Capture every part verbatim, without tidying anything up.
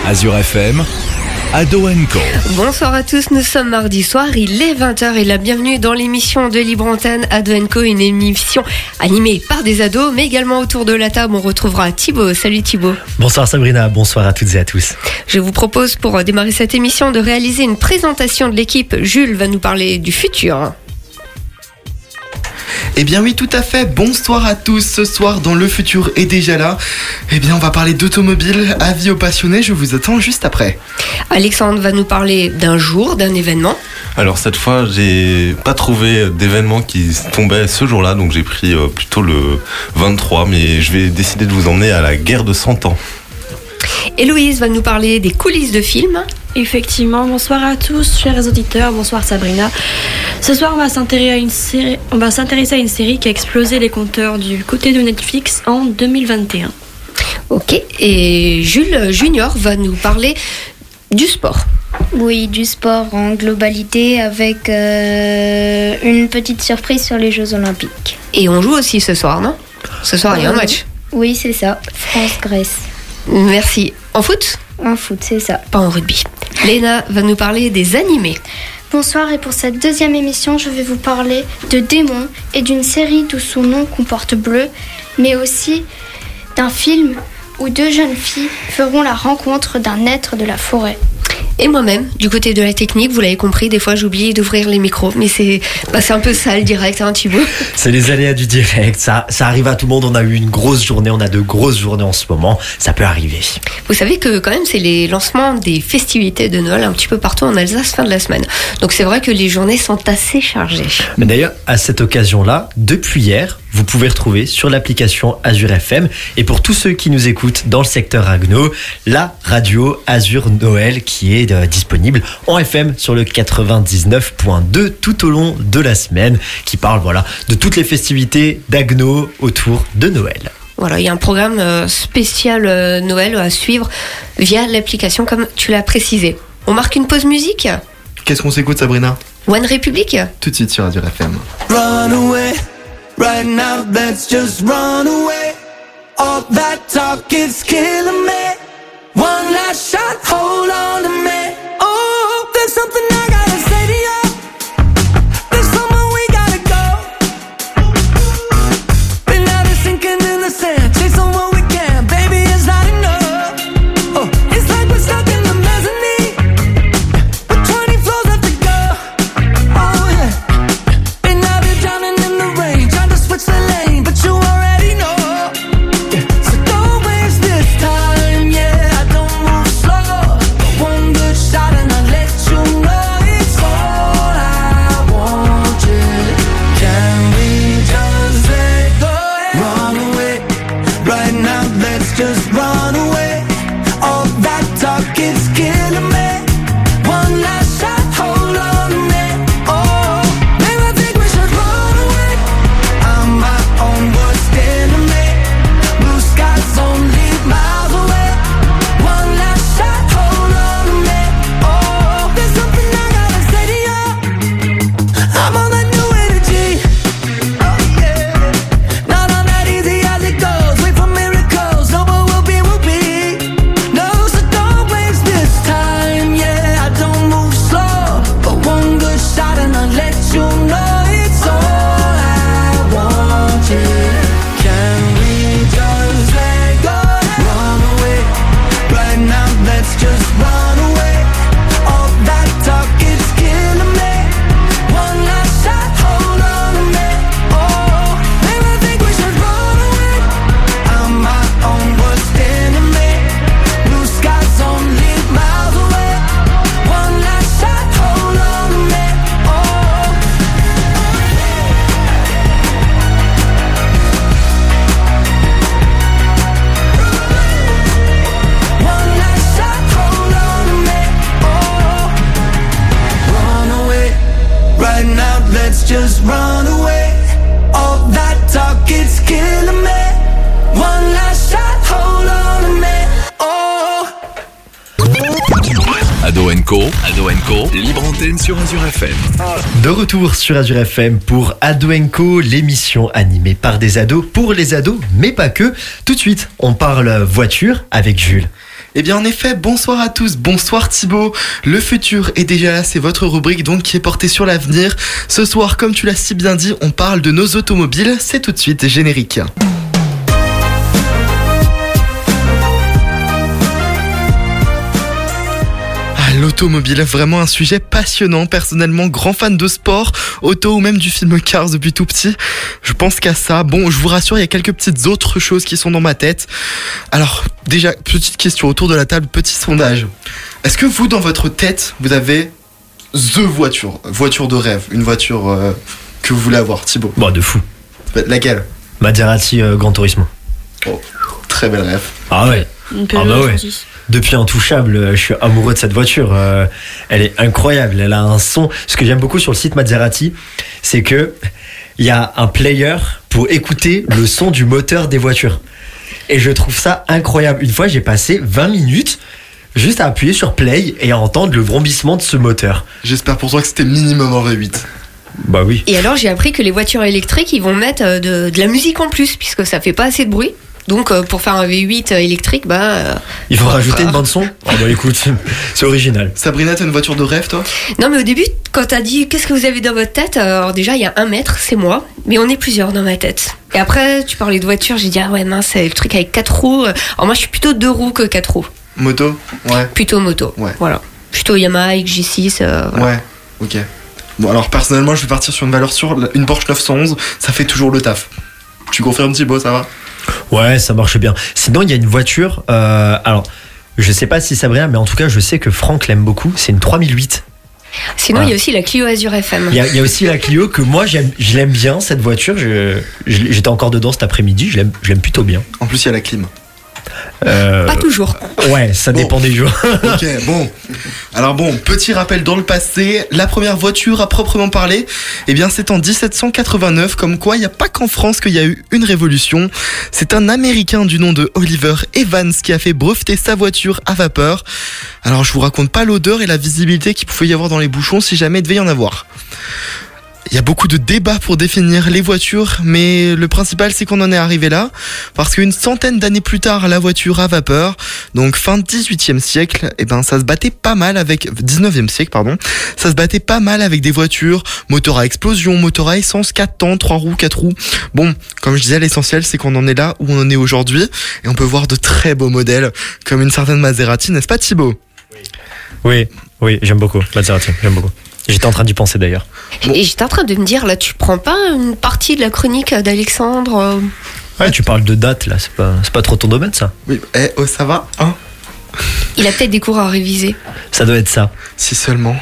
Azure F M, Ado and Co. Bonsoir à tous, nous sommes mardi soir, il est vingt heures et la bienvenue dans l'émission de Libre Antenne Ado and Co, une émission animée par des ados, mais également autour de la table on retrouvera Thibaut. Salut Thibaut. Bonsoir Sabrina, bonsoir à toutes et à tous. Je vous propose pour démarrer cette émission de réaliser une présentation de l'équipe. Jules va nous parler du futur. Eh bien oui, tout à fait, bonsoir à tous. Ce soir dans Le Futur est déjà là. Eh bien on va parler d'automobile, avis aux passionnés, je vous attends juste après. Alexandre va nous parler d'un jour, d'un événement. Alors cette fois, j'ai pas trouvé d'événement qui tombait ce jour-là, donc j'ai pris euh, plutôt le vingt-trois, mais je vais décider de vous emmener à la guerre de cent ans. Héloïse va nous parler des coulisses de films. Effectivement, bonsoir à tous, chers auditeurs, bonsoir Sabrina. Ce soir, on va s'intéresser à une série, on va s'intéresser à une série qui a explosé les compteurs du côté de Netflix en deux mille vingt et un. Ok, et Jules Junior va nous parler du sport. Oui, du sport en globalité avec euh, une petite surprise sur les Jeux Olympiques. Et on joue aussi ce soir, non ? Ce soir, il y a un match. Oui, c'est ça, France-Grèce. Merci. En foot ? En foot, c'est ça. Pas en rugby. Léna va nous parler des animés. Bonsoir, et pour cette deuxième émission, je vais vous parler de Démon et d'une série d'où son nom comporte bleu, mais aussi d'un film où deux jeunes filles feront la rencontre d'un être de la forêt. Et moi-même, du côté de la technique, vous l'avez compris, des fois j'oublie d'ouvrir les micros, mais c'est, bah, c'est un peu ça le direct, hein, Thibaut. C'est les aléas du direct, ça, ça arrive à tout le monde, on a eu une grosse journée, on a de grosses journées en ce moment, ça peut arriver. Vous savez que quand même c'est les lancements des festivités de Noël un petit peu partout en Alsace fin de la semaine. Donc c'est vrai que les journées sont assez chargées. Mais d'ailleurs, à cette occasion-là, depuis hier, vous pouvez retrouver sur l'application Azure F M, et pour tous ceux qui nous écoutent dans le secteur Agno, la radio Azure Noël qui est euh, disponible en F M sur le quatre-vingt-dix-neuf point deux tout au long de la semaine, qui parle voilà, de toutes les festivités d'Agno autour de Noël. Voilà, il y a un programme euh, spécial euh, Noël à suivre via l'application comme tu l'as précisé. On marque une pause musique ? Qu'est-ce qu'on s'écoute Sabrina ? One Republic ? Tout de suite sur Azure F M. Run away. Right now, let's just run away. All that talk is killing me. One last shot, hold on to me. Oh, there's something I gotta say to you. There's somewhere we gotta go. Been out here sinking in the sand, chasing what we can. Baby, it's not enough. Oh, it's like we're stuck in the mezzanine with twenty floors left to go. Oh yeah. Been out here drowning in the rain, trying to switch the lane, but you already know. Yeah. So don't waste this time, yeah. I don't move slow, but one good shot and I'll let you know it's all I want. Yeah. Can we just let go? Run away, right now. Let's just run away. All that talk is killing me. One last shot, hold on to me. Oh, maybe I think we should run away. I'm my own worst enemy. Blue skies only miles away. One last shot, hold on to me. Oh, there's something I gotta say to you. I'm on that new energy. Oh yeah, not on that easy as it goes. Wait for miracles. No, but we'll be, we'll be. No, so don't waste this time. Yeah, I don't move slow, but one good shot and I'll let you know it's all I want. Yeah. Can we just let go? Run away, right now. Let's just run away. All that talk is killing me. One last shot, hold on to me. Oh, maybe I think we should run away. I'm my own worst enemy. Blue skies only miles away. One last shot, hold on to me. Oh. One last shot, hold on to me. Oh. Run away, right now. Let's just run away. All that talk is killing me. One last shot, hold on to me. Oh. Ado and Co, Ado and Co, Libre Antenne sur Azure F M. De retour sur Azure F M pour Ado and Co, l'émission animée par des ados pour les ados, mais pas que. Tout de suite, on parle voiture avec Jules. Eh bien en effet, bonsoir à tous, bonsoir Thibaut. Le futur est déjà là, c'est votre rubrique donc qui est portée sur l'avenir. Ce soir, comme tu l'as si bien dit, on parle de nos automobiles, c'est tout de suite générique. L'automobile, vraiment un sujet passionnant. Personnellement, grand fan de sport, auto ou même du film Cars depuis tout petit. Je pense qu'à ça. Bon, je vous rassure, il y a quelques petites autres choses qui sont dans ma tête. Alors, déjà, petite question autour de la table, petit sondage. Est-ce que vous, dans votre tête, vous avez the voiture, voiture de rêve, une voiture euh, que vous voulez avoir, Thibaut? Bon, de fou. Laquelle? Maserati euh, Gran Turismo. Oh, très belle rêve. Ah ouais. Ah bah ouais. Depuis Intouchable, je suis amoureux de cette voiture. Euh, elle est incroyable. Elle a un son. Ce que j'aime beaucoup sur le site Maserati, c'est que il y a un player pour écouter le son du moteur des voitures. Et je trouve ça incroyable. Une fois, j'ai passé vingt minutes juste à appuyer sur play et à entendre le vrombissement de ce moteur. J'espère pour toi que c'était minimum en V huit. Bah oui. Et alors, j'ai appris que les voitures électriques, ils vont mettre de, de la musique en plus, puisque ça fait pas assez de bruit. Donc euh, pour faire un V huit électrique, bah... Euh, il faut rajouter une bande son. Oh bah écoute, c'est original. Sabrina, t'as une voiture de rêve, toi? Non, mais au début, quand t'as dit qu'est-ce que vous avez dans votre tête, alors déjà il y a un mètre, c'est moi, mais on est plusieurs dans ma tête. Et après, tu parlais de voiture, j'ai dit ah ouais mince, c'est le truc avec quatre roues. Alors moi je suis plutôt deux roues que quatre roues. Moto? Ouais. Plutôt moto. Ouais. Voilà. Plutôt Yamaha X J six. Euh, voilà. Ouais, ok. Bon alors personnellement je vais partir sur une valeur sûre, une Porsche neuf cent onze, ça fait toujours le taf. Tu confirmes Thibaut, ça va? Ouais, ça marche bien. Sinon, il y a une voiture. Euh, alors, je sais pas si Sabrina, mais en tout cas, je sais que Franck l'aime beaucoup. C'est une trois mille huit. Sinon, il voilà. y a aussi la Clio Azur F M. Il y a, il y a aussi la Clio que moi, j'aime, je l'aime bien, cette voiture. Je, je, j'étais encore dedans cet après-midi. Je l'aime, je l'aime plutôt bien. En plus, il y a la clim. Euh, pas toujours. Ouais, ça bon. dépend des jours. Ok, bon. Alors bon, petit rappel dans le passé, la première voiture à proprement parler, eh bien c'est en dix-sept cent quatre-vingt-neuf, comme quoi il n'y a pas qu'en France qu'il y a eu une révolution. C'est un Américain du nom de Oliver Evans qui a fait breveter sa voiture à vapeur. Alors je vous raconte pas l'odeur et la visibilité qu'il pouvait y avoir dans les bouchons si jamais il devait y en avoir. Il y a beaucoup de débats pour définir les voitures, mais le principal c'est qu'on en est arrivé là, parce qu'une centaine d'années plus tard, la voiture à vapeur, donc fin dix-huitième siècle, eh ben ça se battait pas mal avec dix-neuvième siècle pardon, ça se battait pas mal avec des voitures moteur à explosion, moteur à essence, quatre temps, trois roues, quatre roues. Bon, comme je disais, l'essentiel c'est qu'on en est là où on en est aujourd'hui, et on peut voir de très beaux modèles, comme une certaine Maserati, n'est-ce pas Thibaut? Oui, oui, j'aime beaucoup Maserati, j'aime beaucoup. J'étais en train d'y penser d'ailleurs. Bon. Et j'étais en train de me dire, là, tu prends pas une partie de la chronique d'Alexandre euh... Ouais, tu parles de date, là, c'est pas, c'est pas trop ton domaine, ça. Oui, eh, oh, ça va, hein? Il a peut-être des cours à réviser. Ça doit être ça. Si seulement.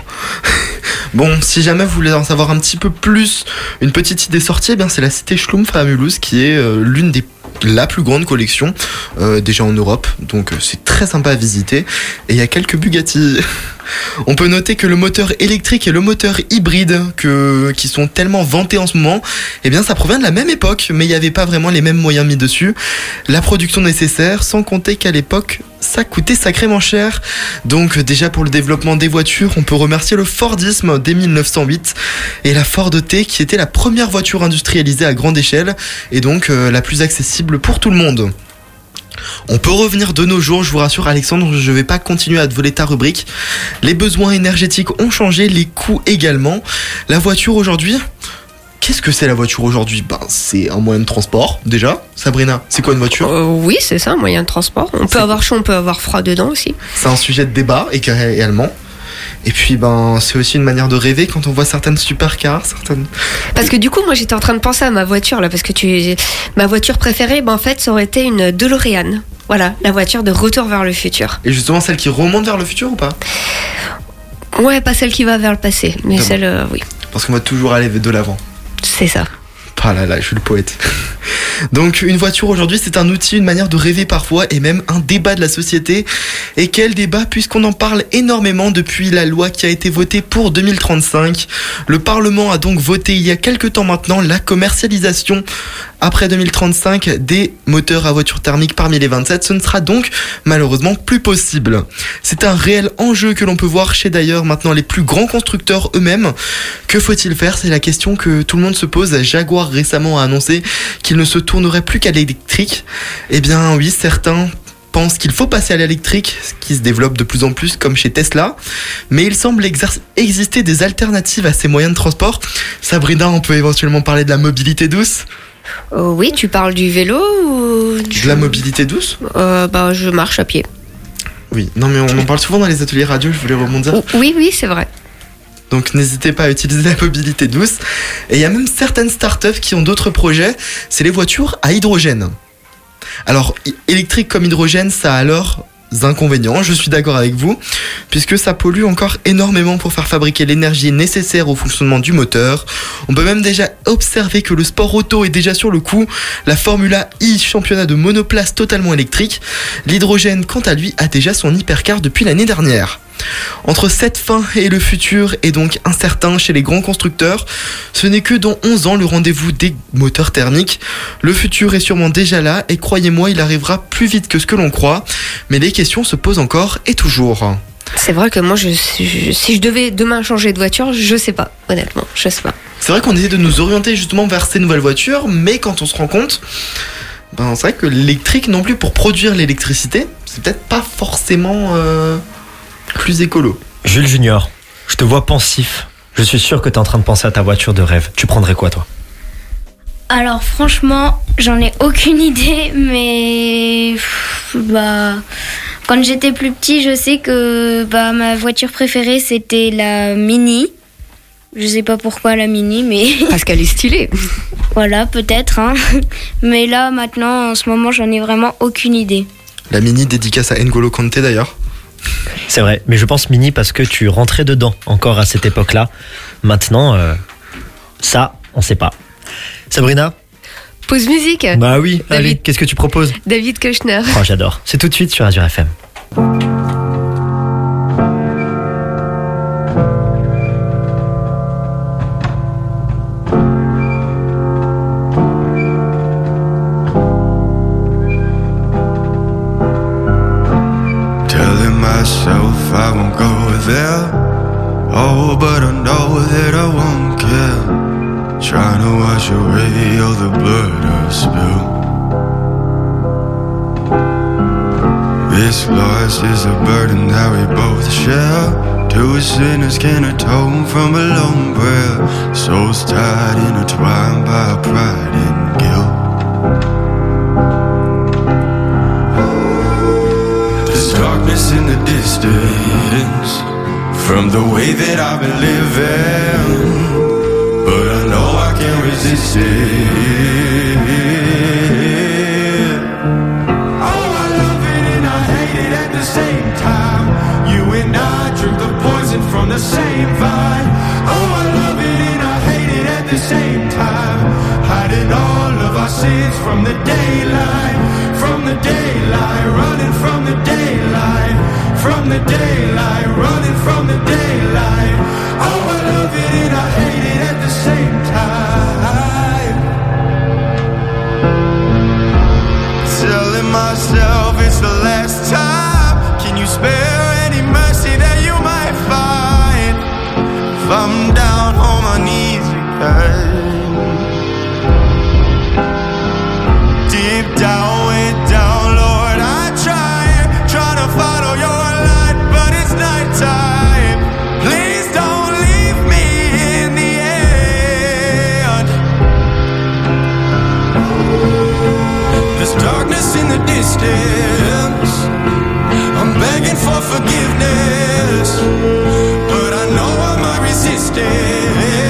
Bon, si jamais vous voulez en savoir un petit peu plus, une petite idée sortie, eh bien c'est la cité Schlumpf à Mulhouse, qui est euh, l'une des la plus grande collection euh, déjà en Europe, donc euh, c'est très sympa à visiter, et il y a quelques Bugatti. On peut noter que le moteur électrique et le moteur hybride que, qui sont tellement vantés en ce moment, eh bien ça provient de la même époque, mais il n'y avait pas vraiment les mêmes moyens mis dessus, la production nécessaire, sans compter qu'à l'époque ça coûtait sacrément cher. Donc déjà pour le développement des voitures, on peut remercier le Fordisme dès mille neuf cent huit et la Ford T qui était la première voiture industrialisée à grande échelle et donc euh, la plus accessible pour tout le monde. On peut revenir de nos jours, je vous rassure Alexandre, je vais pas continuer à te voler ta rubrique. Les besoins énergétiques ont changé, les coûts également. La voiture aujourd'hui, qu'est-ce que c'est la voiture aujourd'hui? Ben, c'est un moyen de transport, déjà. Sabrina, c'est quoi une voiture? euh, Oui, c'est ça, un moyen de transport. On peut avoir chaud, on peut avoir froid dedans aussi. C'est un sujet de débat également. Et puis, ben, c'est aussi une manière de rêver quand on voit certaines supercars, certaines... Parce que du coup, moi, j'étais en train de penser à ma voiture, là, parce que tu... ma voiture préférée, ben, en fait, ça aurait été une DeLorean. Voilà, la voiture de Retour vers le futur. Et justement, celle qui remonte vers le futur ou pas? Ouais, pas celle qui va vers le passé, mais Comment? celle, euh, oui. Parce qu'on va toujours aller de l'avant. C'est ça. Ah là là, je suis le poète. Donc une voiture aujourd'hui c'est un outil, une manière de rêver parfois et même un débat de la société. Et quel débat puisqu'on en parle énormément depuis la loi qui a été votée pour deux mille trente-cinq. Le Parlement a donc voté il y a quelques temps maintenant la commercialisation après deux mille trente-cinq des moteurs à voiture thermique parmi les vingt-sept. Ce ne sera donc malheureusement plus possible. C'est un réel enjeu que l'on peut voir chez d'ailleurs maintenant les plus grands constructeurs eux-mêmes. Que faut-il faire? C'est la question que tout le monde se pose. Jaguar récemment a annoncé qu'il ne se tournerait plus qu'à l'électrique. Eh bien oui, certains pensent qu'il faut passer à l'électrique, ce qui se développe de plus en plus comme chez Tesla, mais il semble exer- exister des alternatives à ces moyens de transport. Sabrina, on peut éventuellement parler de la mobilité douce ? Euh, oui, tu parles du vélo ou du... De la mobilité douce ? euh, bah, je marche à pied. Oui, non mais on en parle souvent dans les ateliers radio, je voulais rebondir. Oh, oui, oui, c'est vrai. Donc n'hésitez pas à utiliser la mobilité douce. Et il y a même certaines startups qui ont d'autres projets, c'est les voitures à hydrogène. Alors, électrique comme hydrogène, ça a leurs inconvénients, je suis d'accord avec vous, puisque ça pollue encore énormément pour faire fabriquer l'énergie nécessaire au fonctionnement du moteur. On peut même déjà observer que le sport auto est déjà sur le coup, la Formule I, championnat de monoplace totalement électrique. L'hydrogène, quant à lui, a déjà son hypercar depuis l'année dernière. Entre cette fin et le futur est donc incertain chez les grands constructeurs. Ce n'est que dans onze ans le rendez-vous des moteurs thermiques. Le futur est sûrement déjà là et croyez-moi, il arrivera plus vite que ce que l'on croit. Mais les questions se posent encore et toujours. C'est vrai que moi, je, je, si je devais demain changer de voiture, je sais pas, honnêtement, je sais pas. C'est vrai qu'on essaie de nous orienter justement vers ces nouvelles voitures, mais quand on se rend compte, ben c'est vrai que l'électrique non plus, pour produire l'électricité, c'est peut-être pas forcément... Euh... plus écolo. Jules Junior, je te vois pensif. Je suis sûr que tu es en train de penser à ta voiture de rêve. Tu prendrais quoi, toi ? Alors franchement, j'en ai aucune idée, mais pff, bah quand j'étais plus petit, je sais que bah ma voiture préférée c'était la Mini. Je sais pas pourquoi la Mini, mais parce qu'elle est stylée. Voilà, peut-être. Hein. Mais là, maintenant, en ce moment, j'en ai vraiment aucune idée. La Mini, dédicace à N'Golo Kanté d'ailleurs. C'est vrai, mais je pense Mini parce que tu rentrais dedans encore à cette époque-là. Maintenant, euh, ça, on sait pas. Sabrina ? Pause musique. Bah oui, David. allez, qu'est-ce que tu proposes ? David Kushner. Oh, j'adore. C'est tout de suite sur Azure F M. Myself, I won't go there. Oh, but I know that I won't care. Trying to wash away all the blood I've spilled. This loss is a burden that we both share. Two sinners can atone from a lone prayer. Souls tied, intertwined by pride and guilt. Darkness in the distance from the way that I've been living, but I know I can't resist it. Oh, I love it and I hate it at the same time. You and I drink the poison from the same vine. Oh, I love it and I hate it at the same time. Hiding all of our sins from the daylight, from the daylight, running from the daylight, from the daylight, running from the daylight. Oh, I love it and I hate it at the same time. Telling myself it's the last time. Can you spare any mercy that you might find? If I'm down on my knees again, deep down, way down, Lord, I try, try to follow your light, but it's nighttime. Please don't leave me in the end. There's darkness in the distance. I'm begging for forgiveness, but I know I might resist it.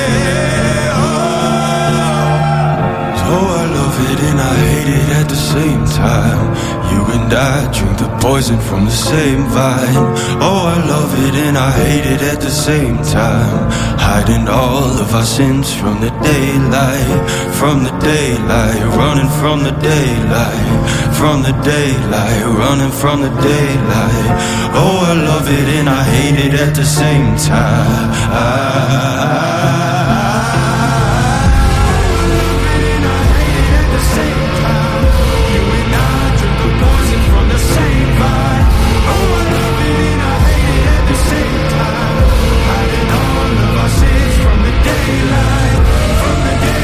Oh, I love it and I hate it at the same time. You and I drink the poison from the same vine. Oh, I love it and I hate it at the same time. Hiding all of our sins from the daylight, from the daylight, running from the daylight, from the daylight, running from the daylight. Oh, I love it and I hate it at the same time. I,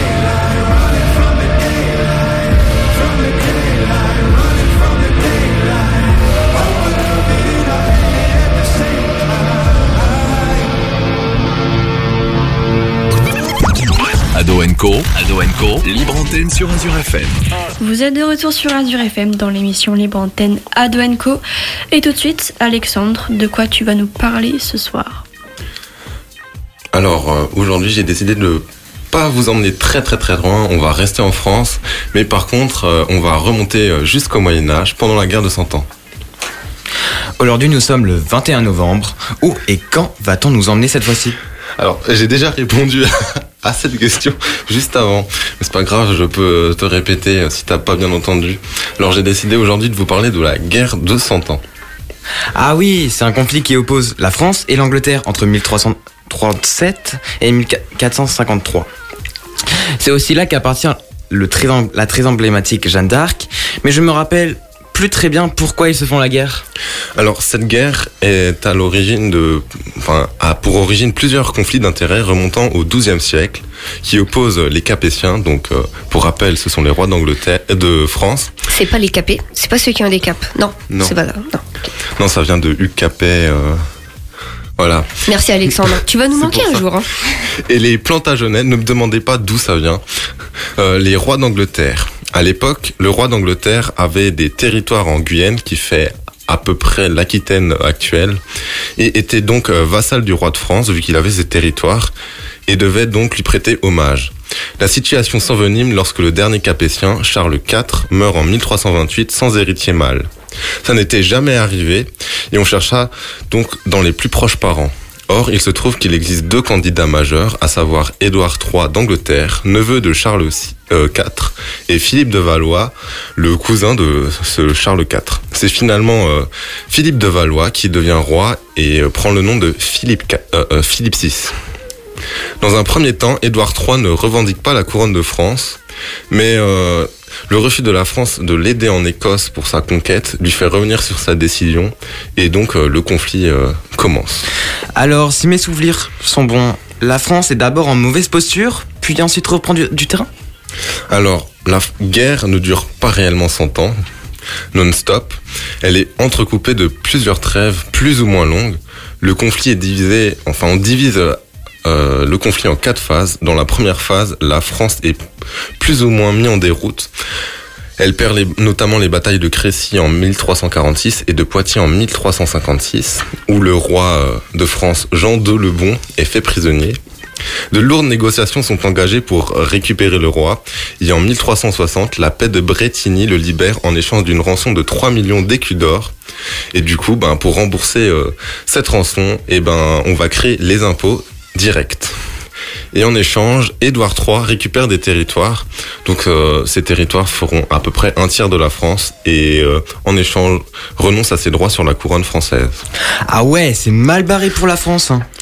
daylight, Co, Ado and Co, libre antenne sur Azure F M. Vous êtes de retour sur Azure F M dans l'émission Libre Antenne Ado and Co. Et tout de suite, Alexandre, de quoi tu vas nous parler ce soir ? Alors, euh, aujourd'hui, j'ai décidé de pas vous emmener très très très loin, on va rester en France, mais par contre, euh, on va remonter jusqu'au Moyen-Âge, pendant la guerre de Cent Ans. Aujourd'hui, nous sommes le vingt et un novembre. Où et quand va-t-on nous emmener cette fois-ci ? Alors, j'ai déjà répondu à cette question juste avant, mais c'est pas grave, je peux te répéter si t'as pas bien entendu. Alors, j'ai décidé aujourd'hui de vous parler de la guerre de Cent Ans. Ah oui, c'est un conflit qui oppose la France et l'Angleterre entre mille trois cent trente-sept et mille quatre cent cinquante-trois. C'est aussi là qu'appartient le très, la très emblématique Jeanne d'Arc, mais je me rappelle plus très bien pourquoi ils se font la guerre. Alors, cette guerre est à l'origine de, enfin, a pour origine plusieurs conflits d'intérêts remontant au douzième siècle, qui opposent les Capétiens, donc euh, pour rappel, ce sont les rois d'Angleterre, de France. C'est pas les Capets, c'est pas ceux qui ont des capes. Non, non. c'est pas ça. Non. Non, ça vient de Hugues Capet. Euh, voilà. Merci Alexandre. Tu vas nous manquer un jour. Hein. Et les Plantagenets, ne me demandez pas d'où ça vient. Euh, les rois d'Angleterre. À l'époque, le roi d'Angleterre avait des territoires en Guyane qui fait à peu près l'Aquitaine actuelle et était donc vassal du roi de France vu qu'il avait ces territoires et devait donc lui prêter hommage. La situation s'envenime lorsque le dernier Capétien, Charles quatre, meurt en mille trois cent vingt-huit sans héritier mâle. Ça n'était jamais arrivé et on chercha donc dans les plus proches parents. Or, il se trouve qu'il existe deux candidats majeurs, à savoir Édouard trois d'Angleterre, neveu de Charles quatre, et Philippe de Valois, le cousin de ce Charles quatre. C'est finalement euh, Philippe de Valois qui devient roi et euh, prend le nom de Philippe, euh, euh, Philippe six. Dans un premier temps, Édouard trois ne revendique pas la couronne de France, mais euh, le refus de la France de l'aider en Écosse pour sa conquête lui fait revenir sur sa décision et donc euh, le conflit euh, commence. Alors, si mes souvenirs sont bons, la France est d'abord en mauvaise posture, puis ensuite reprend du, du terrain ? Alors, la guerre ne dure pas réellement cent ans, non-stop. Elle est entrecoupée de plusieurs trêves plus ou moins longues. Le conflit est divisé, enfin on divise euh, le conflit en quatre phases. Dans la première phase, la France est plus ou moins mise en déroute. Elle perd les, notamment les batailles de Crécy en mille trois cent quarante-six et de Poitiers en mille trois cent cinquante-six, où le roi de France, Jean deux le Bon, est fait prisonnier. De lourdes négociations sont engagées pour récupérer le roi, et en mille trois cent soixante, la paix de Brétigny le libère en échange d'une rançon de trois millions d'écus d'or. Et du coup, ben, pour rembourser euh, cette rançon, eh ben, on va créer les impôts directs. Et en échange, Édouard trois récupère des territoires. Donc euh, ces territoires feront à peu près un tiers de la France et euh, en échange renonce à ses droits sur la couronne française. Ah ouais, c'est mal barré pour la France. Hein.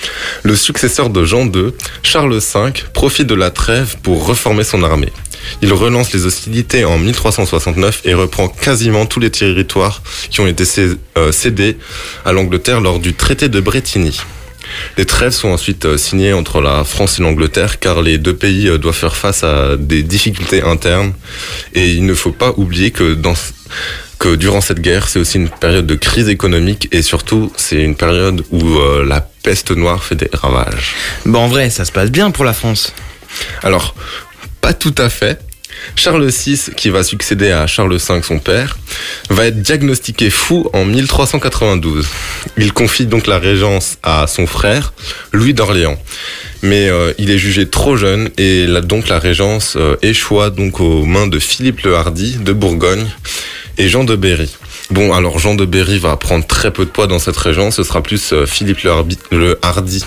Le successeur de Jean deux, Charles cinq, profite de la trêve pour reformer son armée. Il relance les hostilités en mille trois cent soixante-neuf et reprend quasiment tous les territoires qui ont été cédés à l'Angleterre lors du traité de Brétigny. Les trêves sont ensuite signées entre la France et l'Angleterre car les deux pays doivent faire face à des difficultés internes et il ne faut pas oublier que, dans, que durant cette guerre c'est aussi une période de crise économique et surtout c'est une période où euh, la peste noire fait des ravages. Bon, en vrai ça se passe bien pour la France. Alors, pas tout à fait. Charles six, qui va succéder à Charles cinq, son père, va être diagnostiqué fou en mille trois cent quatre-vingt-douze. Il confie donc la régence à son frère, Louis d'Orléans. Mais euh, il est jugé trop jeune et là, donc la régence euh, échoua donc aux mains de Philippe le Hardi de Bourgogne et Jean de Berry. Bon, alors Jean de Berry va prendre très peu de poids dans cette régence, ce sera plus euh, Philippe le Hardi, le Hardi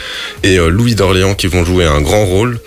et euh, Louis d'Orléans qui vont jouer un grand rôle.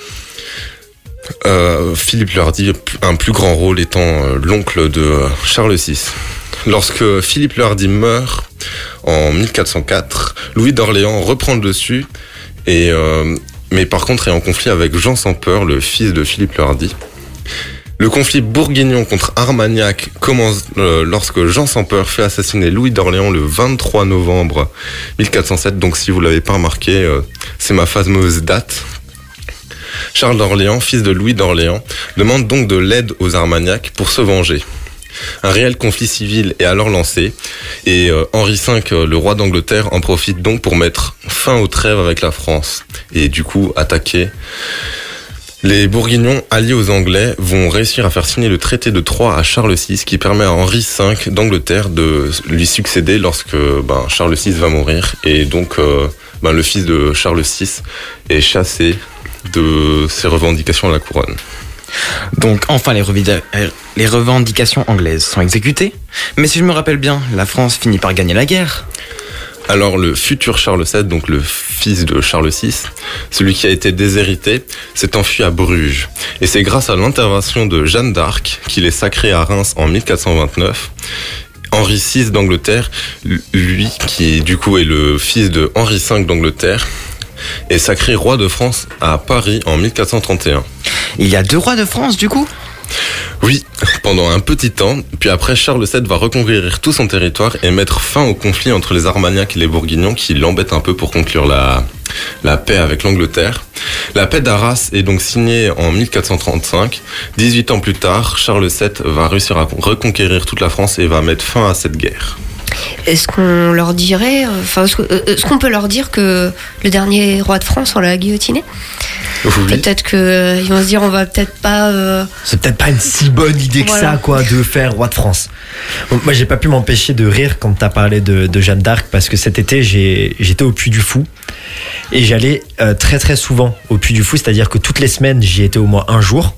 Euh, Philippe le Hardi, un plus grand rôle étant euh, l'oncle de euh, Charles six. Lorsque Philippe le Hardi meurt en mille quatre cent quatre, Louis d'Orléans reprend le dessus, et, euh, mais par contre est en conflit avec Jean sans peur, le fils de Philippe le Hardi. Le conflit bourguignon contre Armagnac commence euh, lorsque Jean sans peur fait assassiner Louis d'Orléans le vingt-trois novembre mille quatre cent sept, donc si vous l'avez pas remarqué, euh, c'est ma fameuse date. Charles d'Orléans, fils de Louis d'Orléans, demande donc de l'aide aux Armagnacs pour se venger. Un réel conflit civil est alors lancé et euh, Henri cinq, euh, le roi d'Angleterre, en profite donc pour mettre fin aux trêves avec la France et du coup attaquer Les Bourguignons, alliés aux Anglais, vont réussir à faire signer le traité de Troyes à Charles six, qui permet à Henri cinq d'Angleterre de lui succéder lorsque ben, Charles six va mourir. Et donc, euh, ben, le fils de Charles six est chassé de ses revendications à la couronne. Donc enfin les, revida- les revendications anglaises sont exécutées. Mais si je me rappelle bien, la France finit par gagner la guerre. Alors le futur Charles sept, donc le fils de Charles six, celui qui a été déshérité, s'est enfui à Bruges. Et c'est grâce à l'intervention de Jeanne d'Arc qu'il est sacré à Reims en mille quatre cent vingt-neuf. Henri six d'Angleterre, lui qui du coup est le fils de Henri cinq d'Angleterre, est sacré roi de France à Paris en mille quatre cent trente et un. Il y a deux rois de France du coup ? Oui, pendant un petit temps, puis après Charles sept va reconquérir tout son territoire et mettre fin au conflit entre les Armagnacs et les Bourguignons qui l'embêtent un peu pour conclure la, la paix avec l'Angleterre. La paix d'Arras est donc signée en mille quatre cent trente-cinq. dix-huit ans plus tard, Charles sept va réussir à reconquérir toute la France et va mettre fin à cette guerre. Est-ce qu'on leur dirait, enfin, est-ce, que, est-ce qu'on peut leur dire que le dernier roi de France, on l'a guillotiné ? Oui. Peut-être qu'ils euh, vont se dire, on va peut-être pas. Euh... C'est peut-être pas une si bonne idée que Voilà. ça, quoi, de faire roi de France. Bon, moi, j'ai pas pu m'empêcher de rire quand t'as parlé de, de Jeanne d'Arc parce que cet été, j'ai, j'étais au Puy du Fou et j'allais euh, très très souvent au Puy du Fou, c'est-à-dire que toutes les semaines, j'y étais au moins un jour.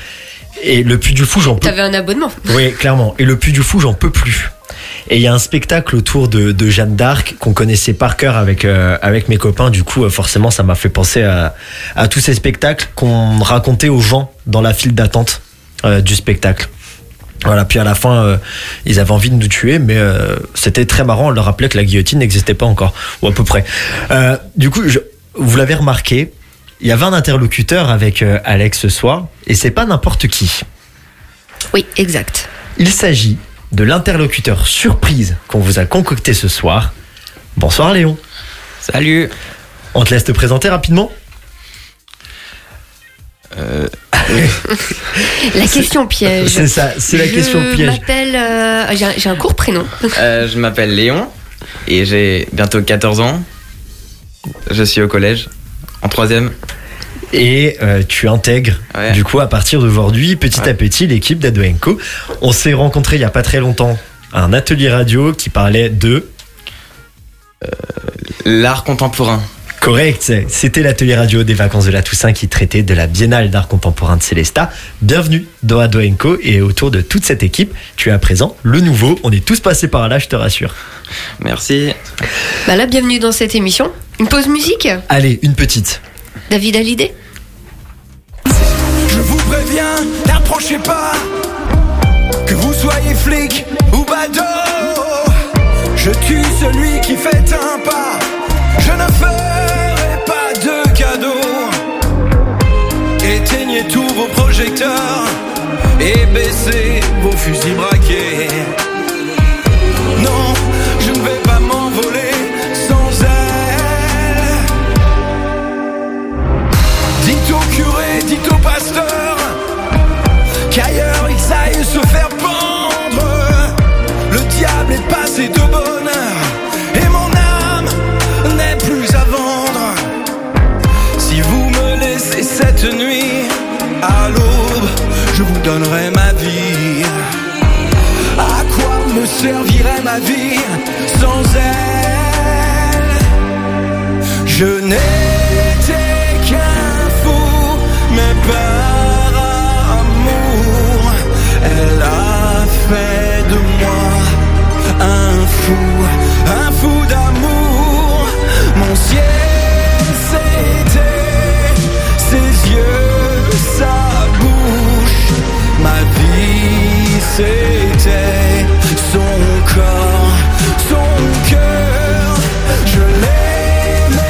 Et le Puy du Fou, j'en peux. T'avais un abonnement. Oui, clairement. Et le Puy du Fou, j'en peux plus. Et il y a un spectacle autour de, de Jeanne d'Arc qu'on connaissait par cœur avec, euh, avec mes copains. Du coup, euh, forcément, ça m'a fait penser à, à tous ces spectacles qu'on racontait aux gens dans la file d'attente euh, du spectacle. Voilà, puis à la fin, euh, ils avaient envie de nous tuer, mais euh, c'était très marrant. On leur rappelait que la guillotine n'existait pas encore, ou à peu près. Euh, du coup, je, vous l'avez remarqué, il y avait un interlocuteur avec euh, Alex ce soir, et c'est pas n'importe qui. Oui, exact. Il s'agit de l'interlocuteur surprise qu'on vous a concocté ce soir. Bonsoir Léon. Salut. On te laisse te présenter rapidement. Euh... La question piège. C'est ça, c'est la je question piège. Je m'appelle. Euh, j'ai, un, j'ai un court prénom. Euh, je m'appelle Léon et j'ai bientôt quatorze ans. Je suis au collège, en troisième. Et euh, tu intègres, ouais. du coup, à partir d'aujourd'hui, petit ouais. à petit, l'équipe d'Ado and Co. On s'est rencontrés il n'y a pas très longtemps à un atelier radio qui parlait de... Euh, l'art contemporain. Correct, c'était l'atelier radio des vacances de la Toussaint qui traitait de la Biennale d'art contemporain de Célestat. Bienvenue dans Ado and Co. Et autour de toute cette équipe, tu es à présent le nouveau. On est tous passés par là, je te rassure. Merci. Bah là, bienvenue dans cette émission. Une pause musique ? Allez, une petite. David Hallyday ? Je vous préviens, n'approchez pas, que vous soyez flic ou badaud. Je tue celui qui fait un pas, je ne ferai pas de cadeau. Éteignez tous vos projecteurs et baissez vos fusils braqués. Non, je ne vais pas m'envoler sans elle. Dites au curé, dites au pasteur qu'ailleurs ils aillent se faire pendre. Le diable est passé de bonheur et mon âme n'est plus à vendre. Si vous me laissez cette nuit, à l'aube, je vous donnerai ma vie. À quoi me servirait ma vie sans elle? Je n'étais qu'un fou, mais par amour, elle a fait de moi un fou, un fou d'amour. Mon ciel, c'était ses yeux, sa bouche. Ma vie, c'était son corps, son cœur. Je l'aimais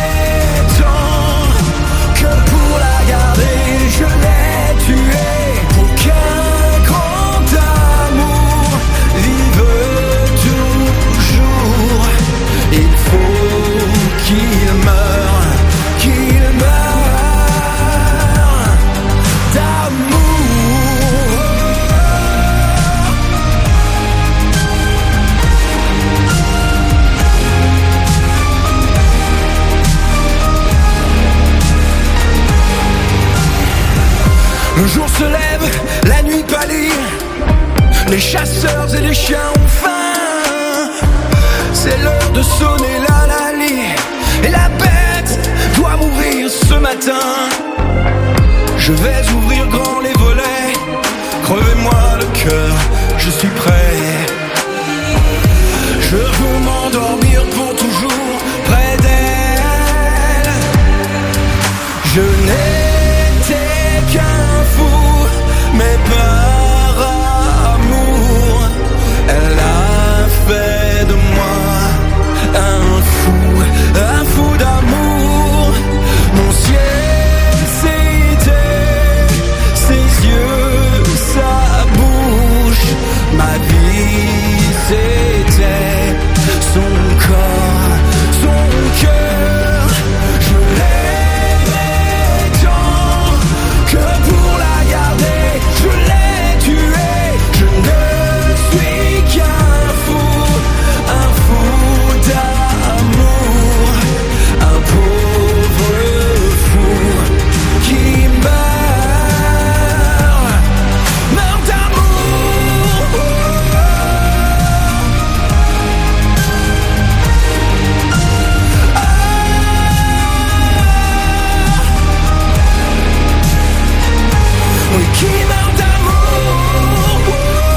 tant que pour la garder, je l'ai tuée. Pour qu'un grand amour se lève, la nuit pâlit. Les chasseurs et les chiens ont faim. C'est l'heure de sonner la lali. Et la bête doit mourir ce matin. Je vais ouvrir grand les volets. Crevez-moi le cœur, je suis prêt. Je veux m'endormir pour toujours près d'elle. Je n'étais qu'un fou, mais par amour, elle a fait de moi un fou, un fou d'amour. Mon ciel, c'était ses yeux, sa bouche. Ma vie, c'était son corps, son cœur. Je l'aimais tant que pour la garder, je l'ai tuée. Je ne suis qu'un fou, un fou d'amour, un pauvre fou qui meurt, meurt d'amour. Oui, qui meurt d'amour.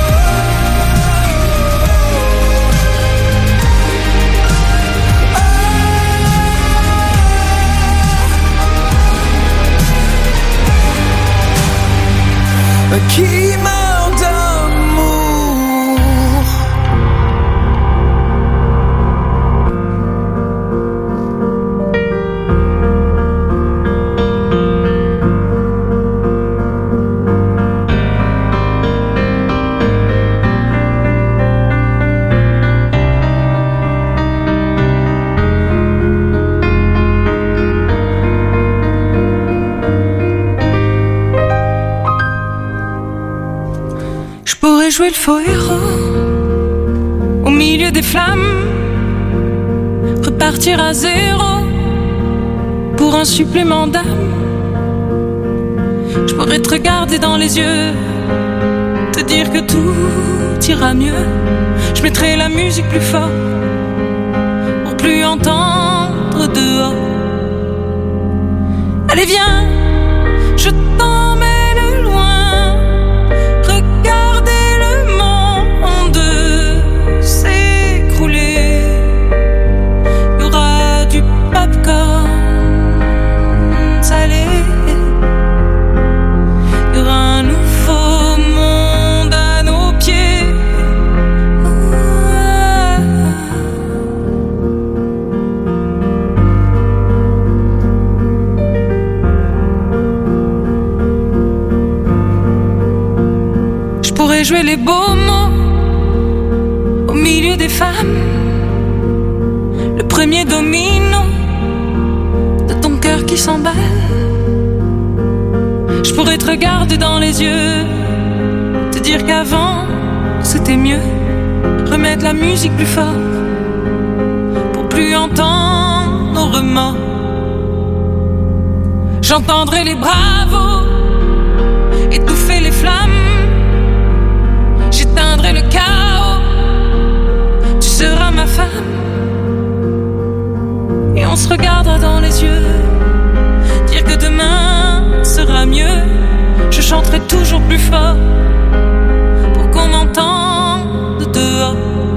Qui meurt d'amour. Je pourrais jouer le faux héros au milieu des flammes, repartir à zéro pour un supplément d'âme. Je pourrais te regarder dans les yeux, te dire que tout ira mieux. Je mettrai la musique plus fort pour plus entendre dehors. Allez viens, je t'emmène loin. Regardez le monde s'écrouler. Il y aura du popcorn salé. Il y aura un nouveau monde à nos pieds. Je pourrais jouer les beaux mots au milieu des femmes, le premier domino de ton cœur qui s'emballe. Je pourrais te regarder dans les yeux, te dire qu'avant c'était mieux. Remettre la musique plus fort pour plus entendre nos remords. J'entendrai les bravos étouffer les flammes. J'éteindrai le chaos, tu seras ma femme. Et on se regardera dans les yeux, dire que demain sera mieux. Je chanterai toujours plus fort pour qu'on m'entende dehors.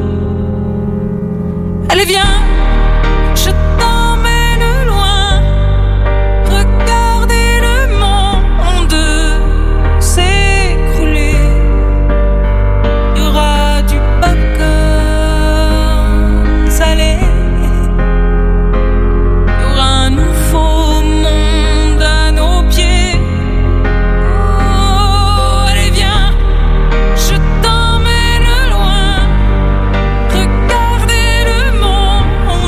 Allez viens, je t'emmène loin. Regardez le monde s'écrouler. Il y aura du popcorn salé. Il y aura un nouveau monde à nos pieds. Oh, allez viens, je t'emmène loin. Regardez le monde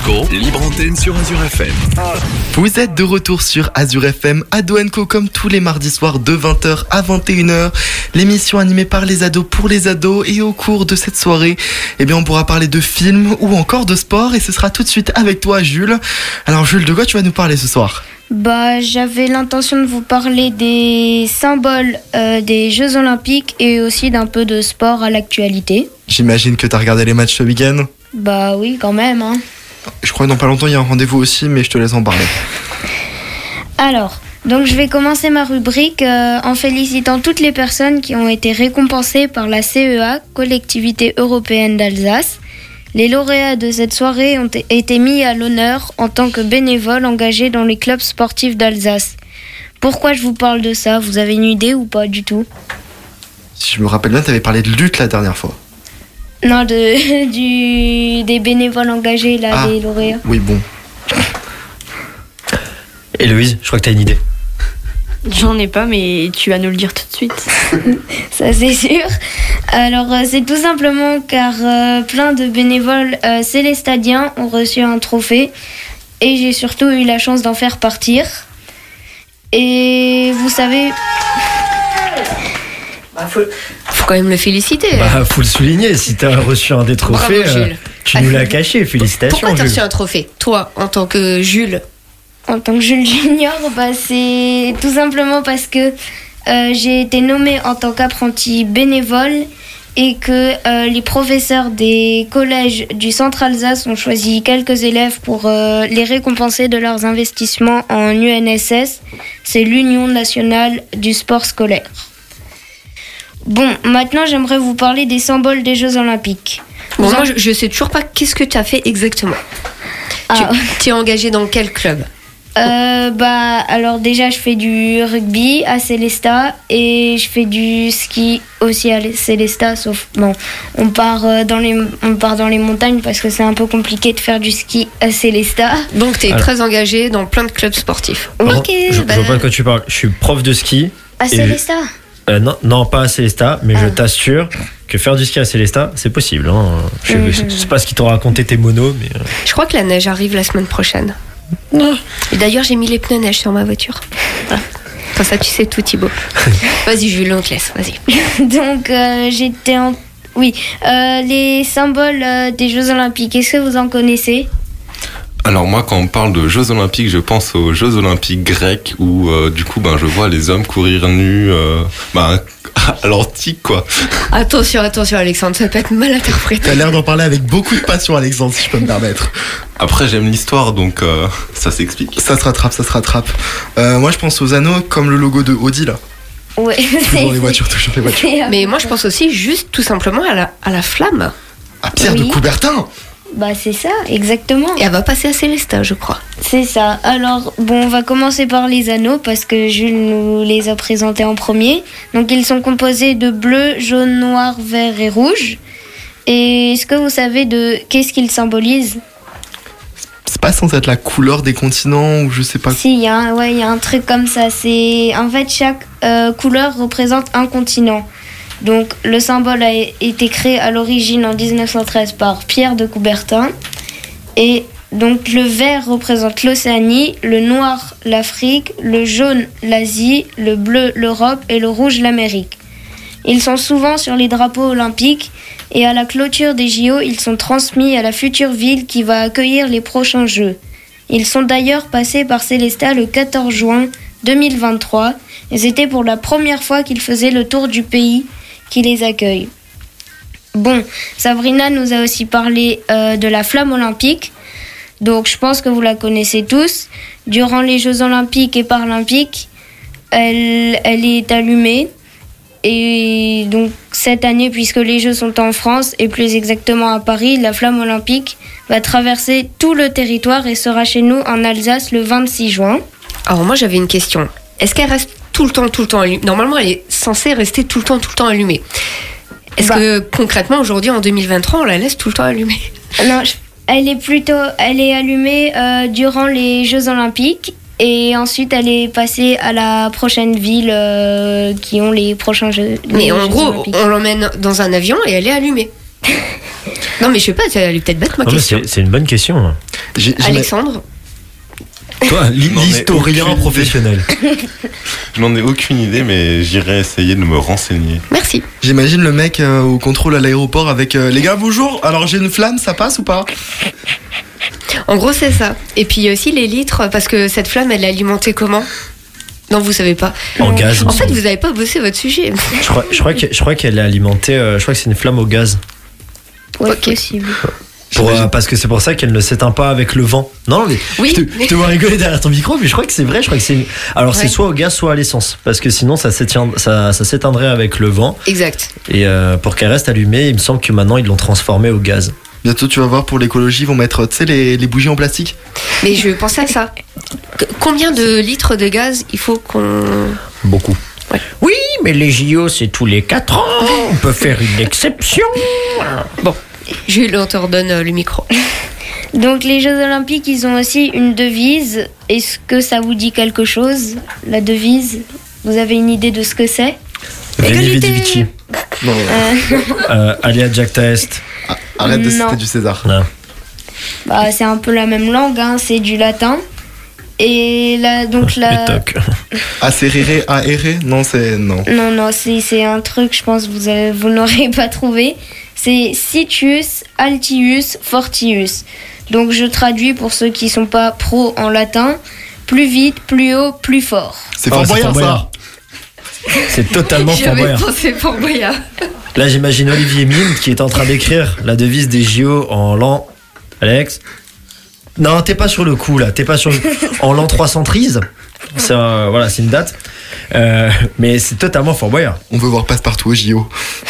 Co, libre antenne sur Azure F M. Vous êtes de retour sur Azure F M, Ado and Co comme tous les mardis soirs de vingt heures à vingt et une heures. L'émission animée par les ados pour les ados, et au cours de cette soirée, eh bien on pourra parler de films ou encore de sport, et ce sera tout de suite avec toi Jules. Alors Jules, de quoi tu vas nous parler ce soir ? Bah, j'avais l'intention de vous parler des symboles euh, des Jeux Olympiques et aussi d'un peu de sport à l'actualité. J'imagine que t'as regardé les matchs ce week-end ? Bah oui, quand même, hein. Je crois que dans pas longtemps il y a un rendez-vous aussi, mais je te laisse en parler. Alors, donc je vais commencer ma rubrique euh, en félicitant toutes les personnes qui ont été récompensées par la C E A, Collectivité Européenne d'Alsace. Les lauréats de cette soirée ont été mis à l'honneur en tant que bénévoles engagés dans les clubs sportifs d'Alsace. Pourquoi je vous parle de ça ? Vous avez une idée ou pas du tout ? Si je me rappelle bien, t'avais parlé de lutte la dernière fois. Non, de, du, des bénévoles engagés, là, Ah, des lauréats. oui, bon. Héloïse, je crois que t'as une idée. J'en ai pas, mais tu vas nous le dire tout de suite. Ça, c'est sûr. Alors, euh, c'est tout simplement car euh, plein de bénévoles euh, célestadiens ont reçu un trophée et j'ai surtout eu la chance d'en faire partir. Et vous savez... Bah, faut, faut quand même le féliciter. Bah, faut le souligner, si t'as reçu un des trophées, Bravo, euh, Jules. tu nous l'as caché, félicitations. Pourquoi t'as Jules. reçu un trophée, toi, en tant que Jules ? En tant que Jules Junior, bah, c'est tout simplement parce que euh, j'ai été nommée en tant qu'apprenti bénévole et que euh, les professeurs des collèges du Centre Alsace ont choisi quelques élèves pour euh, les récompenser de leurs investissements en U N S S. C'est l'Union nationale du sport scolaire. Bon, maintenant j'aimerais vous parler des symboles des Jeux Olympiques. Bon, Vous moi, en- je, je sais toujours pas qu'est-ce que tu as fait exactement. Ah. Tu es engagé dans quel club ? Euh, bah, alors déjà, je fais du rugby à Célestat et je fais du ski aussi à Célestat, sauf bon, on part euh, dans les on part dans les montagnes parce que c'est un peu compliqué de faire du ski à Célestat. Donc, tu es Alors. très engagé dans plein de clubs sportifs. Alors, Ok, je, bah- je vois pas de quoi tu parles. Je suis prof de ski. à Et- Célestat. Euh, non, non, pas à Célestat, mais je Ah. t'assure que faire du ski à Célestat, c'est possible. Hein. Je, Mhm. je sais pas ce qu'ils t'ont raconté tes monos, mais. euh, Je crois que la neige arrive la semaine prochaine. Et d'ailleurs, j'ai mis les pneus neige sur ma voiture. Voilà. Comme ça, tu sais tout, Thibaut. Vas-y, Jules, on te laisse. Vas-y. Donc euh, j'étais en oui, euh, les symboles euh, des Jeux Olympiques. Est-ce que vous en connaissez ? Alors moi, quand on parle de Jeux Olympiques, je pense aux Jeux Olympiques grecs où euh, du coup, ben, je vois les hommes courir nus, euh, ben, à l'antique quoi. Attention, attention, Alexandre, ça peut être mal interprété. T'as l'air d'en parler avec beaucoup de passion, Alexandre, si je peux me permettre. Après, j'aime l'histoire, donc euh, ça s'explique. Ça se rattrape, ça se rattrape. Euh, moi, je pense aux anneaux comme le logo de Audi, là. Ouais. Toujours les voitures, toujours les voitures. Mais moi, je pense aussi juste tout simplement à la, à la flamme. À Pierre Oui. de Coubertin. Bah c'est ça, exactement. Et elle va passer à Célestat, je crois. C'est ça. Alors, bon, on va commencer par les anneaux parce que Jules nous les a présentés en premier. Donc, ils sont composés de bleu, jaune, noir, vert et rouge. Et est-ce que vous savez de qu'est-ce qu'ils symbolisent ? C'est pas censé être la couleur des continents ou je sais pas. Si, il y a un, ouais, il y a un truc comme ça. C'est en fait chaque euh, couleur représente un continent. Donc, le symbole a été créé à l'origine en dix-neuf cent treize par Pierre de Coubertin. Et donc, le vert représente l'Océanie, le noir l'Afrique, le jaune l'Asie, le bleu l'Europe et le rouge l'Amérique. Ils sont souvent sur les drapeaux olympiques et à la clôture des J O, ils sont transmis à la future ville qui va accueillir les prochains Jeux. Ils sont d'ailleurs passés par Célestat le quatorze juin deux mille vingt-trois et c'était pour la première fois qu'ils faisaient le tour du pays qui les accueille. Bon, Sabrina nous a aussi parlé euh, de la flamme olympique. Donc je pense que vous la connaissez tous. Durant les Jeux olympiques et paralympiques, elle, elle est allumée. Et donc cette année, puisque les Jeux sont en France et plus exactement à Paris, la flamme olympique va traverser tout le territoire et sera chez nous en Alsace le vingt-six juin. Alors, moi, j'avais une question. Est-ce qu'elle reste tout le temps, tout le temps allumée ? Normalement, elle est censée rester tout le temps, tout le temps allumée. Est-ce Bah. que concrètement, aujourd'hui, en deux mille vingt-trois, on la laisse tout le temps allumée ? Non, je- elle est plutôt, elle est allumée euh, durant les Jeux olympiques et ensuite elle est passée à la prochaine ville euh, qui ont les prochains Jeux. Mais les en Jeux gros, olympiques. on l'emmène dans un avion et elle est allumée. Non, mais je sais pas, elle est peut-être bête ma Non, mais question. c'est, c'est une bonne question. J'ai- j'ai- Alexandre. Toi, l'hi- Non, mais l'historien aucune professionnel. Je n'en ai aucune idée, mais j'irai essayer de me renseigner. Merci. J'imagine le mec euh, au contrôle à l'aéroport avec euh, les gars, bonjour, alors j'ai une flamme, ça passe ou pas? En gros, c'est ça. Et puis aussi les litres, parce que cette flamme, elle est alimentée comment? Non, vous savez pas. En gaz. En fait, vous avez pas bossé votre sujet. Je crois, je crois, que, je crois qu'elle est alimentée. euh, je crois que c'est une flamme au gaz. Ouais, Ok. possible. Pour, euh, parce que c'est pour ça qu'elle ne s'éteint pas avec le vent. Non, mais Oui. je, te, je te vois rigoler derrière ton micro, mais je crois que c'est vrai. Je crois que c'est. une- Alors c'est Ouais. soit au gaz, soit à l'essence, parce que sinon ça s'éteint, ça, ça s'éteindrait avec le vent. Exact. Et euh, pour qu'elle reste allumée, il me semble que maintenant ils l'ont transformée au gaz. Bientôt, tu vas voir, pour l'écologie, ils vont mettre, tu sais, les, les bougies en plastique. Mais je pensais à ça. Que- Combien de litres de gaz il faut qu'on... Beaucoup. Ouais. Oui, mais les J O c'est tous les quatre ans. On peut faire une exception. Bon, Jules, on te redonne euh, le micro. Donc les Jeux Olympiques, ils ont aussi une devise. Est-ce que ça vous dit quelque chose, la devise? Vous avez une idée de ce que c'est? Veni Égalité. Vidi Vici. Non, Euh, Euh, Alia Jacta Est. ah, arrête de Non. citer du César. Non. bah, c'est un peu la même langue, hein, c'est du latin. Et là, donc Et la... toc. Acerere, aere? Non, c'est. Non. Non, non, c'est c'est un truc, je pense, vous avez- vous n'aurez pas trouvé. C'est Citius, Altius, Fortius. Donc je traduis pour ceux qui sont pas pro en latin. Plus vite, plus haut, plus fort. C'est Oh, Fort c'est Boyard, Fort ça. Boyard. C'est totalement Fort J'avais Boyard. pensé Fort Boyard. Là, j'imagine Olivier Mine qui est en train d'écrire la devise des J O en l'an. Alex? Non, t'es pas sur le coup là. T'es pas sur le... en l'an trois cent treize. C'est un- voilà, c'est une date. Euh, mais c'est totalement Fort Boyard. On veut voir passe-partout au J O.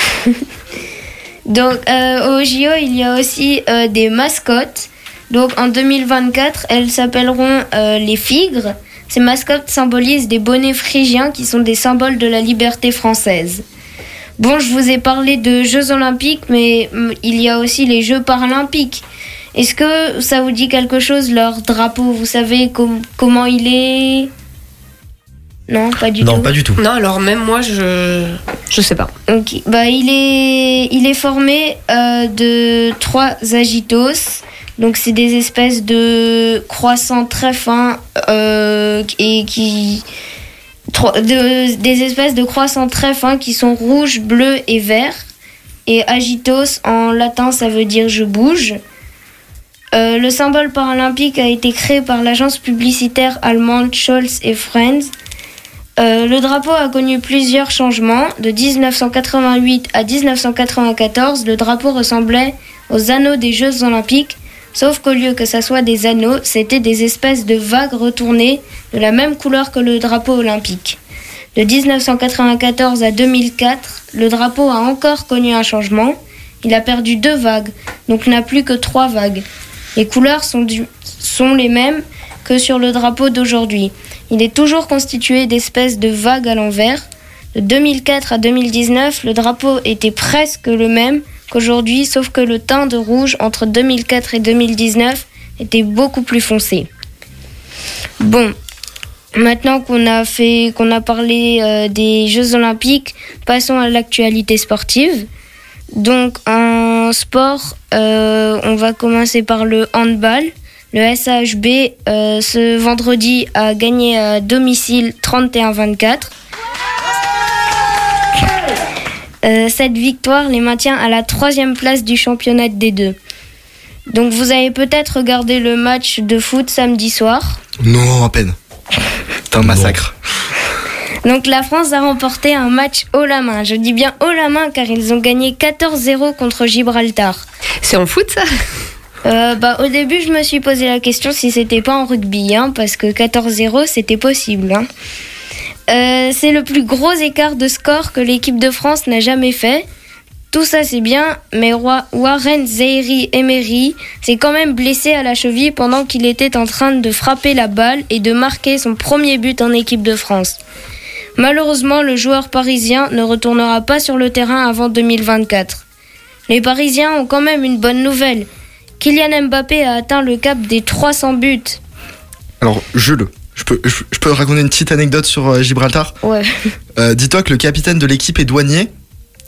Donc euh, au J O, il y a aussi euh, des mascottes. Donc en deux mille vingt-quatre, elles s'appelleront euh, les Figres. Ces mascottes symbolisent des bonnets phrygiens qui sont des symboles de la liberté française. Bon, je vous ai parlé de Jeux Olympiques, mais hum, il y a aussi les Jeux Paralympiques. Est-ce que ça vous dit quelque chose, leur drapeau? Vous savez com- comment il est? Non, pas du Non, tout. pas du tout. Non, alors même moi, je je sais pas. Ok, bah il est, il est formé euh, de trois agitos. Donc c'est des espèces de croissants très fins euh, et qui trois- de- des espèces de croissants très fins qui sont rouges, bleus et verts. Et agitos en latin ça veut dire je bouge. Euh, le symbole paralympique a été créé par l'agence publicitaire allemande Scholz et Friends. Euh, le drapeau a connu plusieurs changements. De dix-neuf cent quatre-vingt-huit à dix-neuf cent quatre-vingt-quatorze, le drapeau ressemblait aux anneaux des Jeux Olympiques, sauf qu'au lieu que ça soit des anneaux, c'était des espèces de vagues retournées de la même couleur que le drapeau olympique. De dix-neuf cent quatre-vingt-quatorze à deux mille quatre, le drapeau a encore connu un changement. Il a perdu deux vagues, donc n'a plus que trois vagues. Les couleurs sont, du- sont les mêmes que sur le drapeau d'aujourd'hui. Il est toujours constitué d'espèces de vagues à l'envers. De deux mille quatre à deux mille dix-neuf, le drapeau était presque le même qu'aujourd'hui, sauf que le teint de rouge entre deux mille quatre et deux mille dix-neuf était beaucoup plus foncé. Bon, maintenant qu'on a fait, qu'on a parlé euh, des Jeux Olympiques, passons à l'actualité sportive. Donc en sport, euh, on va commencer par le handball. Le S A H B, euh, ce vendredi, a gagné à domicile trente et un à vingt-quatre. Euh, cette victoire les maintient à la troisième place du championnat de D deux. Donc vous avez peut-être regardé le match de foot samedi soir. Non, à peine. C'est un massacre. Donc la France a remporté un match haut la main. Je dis bien haut la main car ils ont gagné quatorze zéro contre Gibraltar. C'est en foot ça? Euh, bah, au début, je me suis posé la question si c'était pas en rugby, hein, parce que quatorze zéro, c'était possible. Hein. Euh, c'est le plus gros écart de score que l'équipe de France n'a jamais fait. Tout ça, c'est bien, mais Wa- Warren Zaïre-Emery s'est quand même blessé à la cheville pendant qu'il était en train de frapper la balle et de marquer son premier but en équipe de France. Malheureusement, le joueur parisien ne retournera pas sur le terrain avant deux mille vingt-quatre. Les Parisiens ont quand même une bonne nouvelle. Kylian Mbappé a atteint le cap des trois cents buts. Alors, Jules, je peux, je, je peux raconter une petite anecdote sur euh, Gibraltar. Ouais. Euh, dis-toi que le capitaine de l'équipe est douanier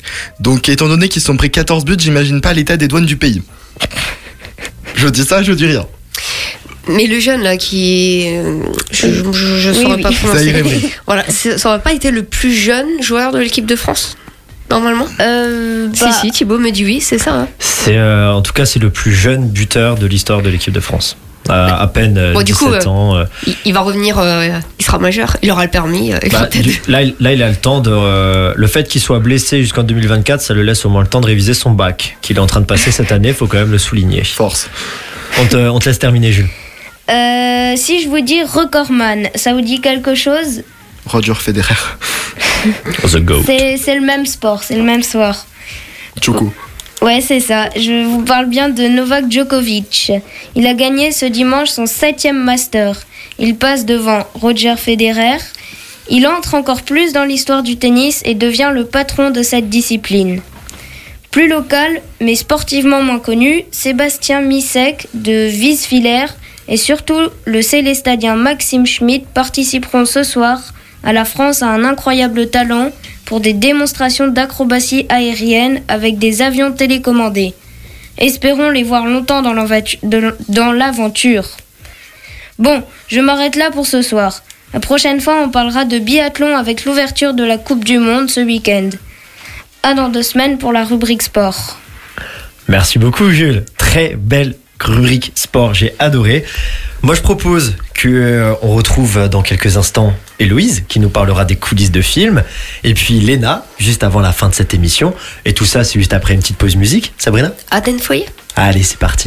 Donc, étant donné qu'ils se sont pris quatorze buts, j'imagine pas l'état des douanes du pays. Je dis ça, je dis rien. Mais le jeune là qui, euh, je, je, je, je Oui, saurais oui. pas prononcer. Zahir Emery. Voilà, c'est- ça aurait pas été le plus jeune joueur de l'équipe de France normalement. Euh, bah, Si si, Thibaut me dit oui, c'est ça. Hein. C'est euh, en tout cas c'est le plus jeune buteur de l'histoire de l'équipe de France. À, à peine euh, Bon, du dix-sept coup, ans. euh. Il, il va revenir, euh, il sera majeur, il aura le permis. euh, Bah, peut-être. du- là, il- là, il a le temps de. euh, le fait qu'il soit blessé jusqu'en deux mille vingt-quatre, ça le laisse au moins le temps de réviser son bac qu'il est en train de passer cette année. Faut quand même le souligner. Force. On te, on te laisse terminer, Jules. Euh, si je vous dis recordman, ça vous dit quelque chose? Roger Federer. The Goat. C'est c'est le même sport, c'est le même sport. Choukou. Ouais, c'est ça. Je vous parle bien de Novak Djokovic. Il a gagné ce dimanche son septième Master. Il passe devant Roger Federer. Il entre encore plus dans l'histoire du tennis et devient le patron de cette discipline. Plus local, mais sportivement moins connu, Sébastien Misek de Wieswiller et surtout le célestadien Maxime Schmidt participeront ce soir à La France a un incroyable talent pour des démonstrations d'acrobatie aérienne avec des avions télécommandés. Espérons les voir longtemps dans l'envatu- de- dans l'aventure. Bon, je m'arrête là pour ce soir. La prochaine fois, on parlera de biathlon avec l'ouverture de la Coupe du Monde ce week-end. À dans deux semaines pour la rubrique sport. Merci beaucoup, Jules. Très belle rubrique sport, j'ai adoré. Moi, je propose que euh, on retrouve dans quelques instants Héloïse qui nous parlera des coulisses de films, et puis Léna juste avant la fin de cette émission. Et tout ça, c'est juste après une petite pause musique. Sabrina ? Aden Foyer. Allez, c'est parti.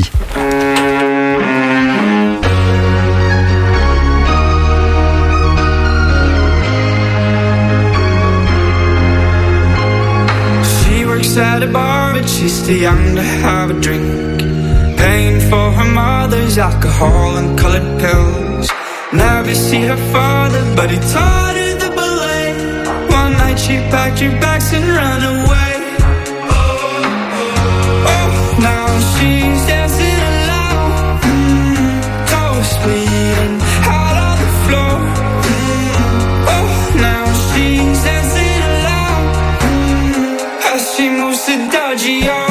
She works at a bar, but she's too young to have a drink. Paying for her mother's alcohol and colored pills. Never see her father, but he taught her the ballet. One night she packed her bags and ran away. Oh, now she's dancing alone, mm, toes bleeding out on the floor. Mm, oh, now she's dancing alone, mm, as she moves to dodgy. Oh.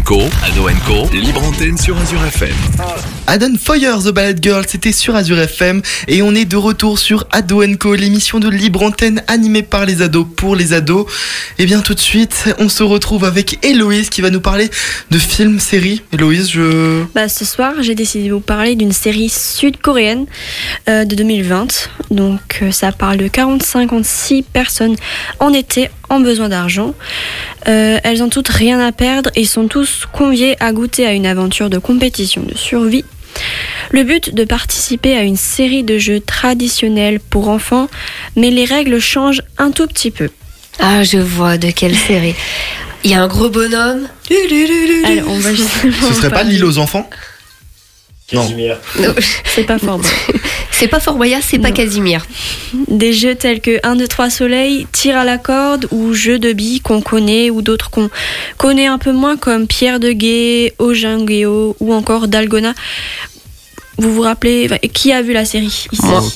Co, Ado and Co, libre antenne sur Azure F M. Adam Foyer, The Ballet Girl, c'était sur Azure F M et on est de retour sur Ado and Co, l'émission de libre antenne animée par les ados pour les ados. Et bien tout de suite, on se retrouve avec Héloïse qui va nous parler de films, séries. Héloïse, je... Bah, ce soir, j'ai décidé de vous parler d'une série sud-coréenne euh, de deux mille vingt. Donc euh, ça parle de quarante à cinquante-six personnes en été en besoin d'argent. Euh, elles ont toutes rien à perdre et sont tous conviées à goûter à une aventure de compétition de survie. Le but de participer à une série de jeux traditionnels pour enfants, mais les règles changent un tout petit peu. Ah, je vois de quelle série. Il y a un gros bonhomme. Allez, on va justement Ce serait pas l'île aux enfants ? Non. Non. C'est pas Fort Boyard. C'est pas Fort Boyard, c'est Non. pas Casimir. Des jeux tels que un, deux, trois soleil, tir à la corde ou jeux de billes qu'on connaît ou d'autres qu'on connaît un peu moins comme Pierre de Guet, Ojangeo ou encore Dalgona. Vous vous rappelez, enfin, qui a vu la série ici? Moi.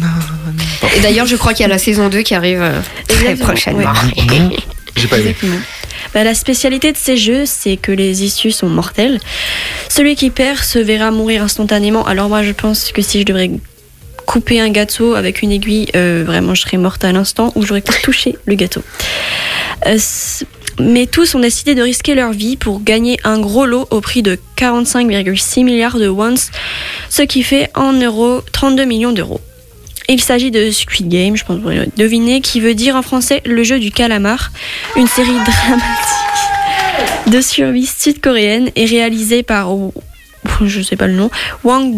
Et d'ailleurs, je crois qu'il y a la saison deux qui arrive euh, très Exactement, prochainement. ouais. J'ai pas aimé. Exactement. Bah, la spécialité de ces jeux, c'est que les issues sont mortelles. Celui qui perd se verra mourir instantanément. Alors moi, je pense que si je devrais couper un gâteau avec une aiguille, euh, vraiment, je serais morte à l'instant ou j'aurais touché le gâteau. Euh, mais tous ont décidé de risquer leur vie pour gagner un gros lot au prix de quarante-cinq virgule six milliards de wons, ce qui fait en euros trente-deux millions d'euros. Il s'agit de Squid Game, je pense que vous pourrez deviner, qui veut dire en français le jeu du calamar, une série dramatique de survie sud-coréenne et réalisée par, je sais pas le nom, Wang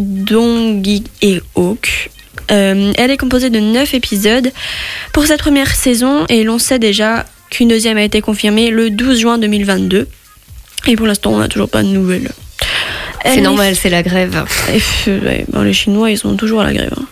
Dong-gi-eok. Euh, elle est composée de neuf épisodes pour cette première saison et l'on sait déjà qu'une deuxième a été confirmée le douze juin deux mille vingt-deux. Et pour l'instant, on n'a toujours pas de nouvelles. C'est normal, est... c'est la grève. Et, euh, ouais, bon, les Chinois, ils sont toujours à la grève. Hein.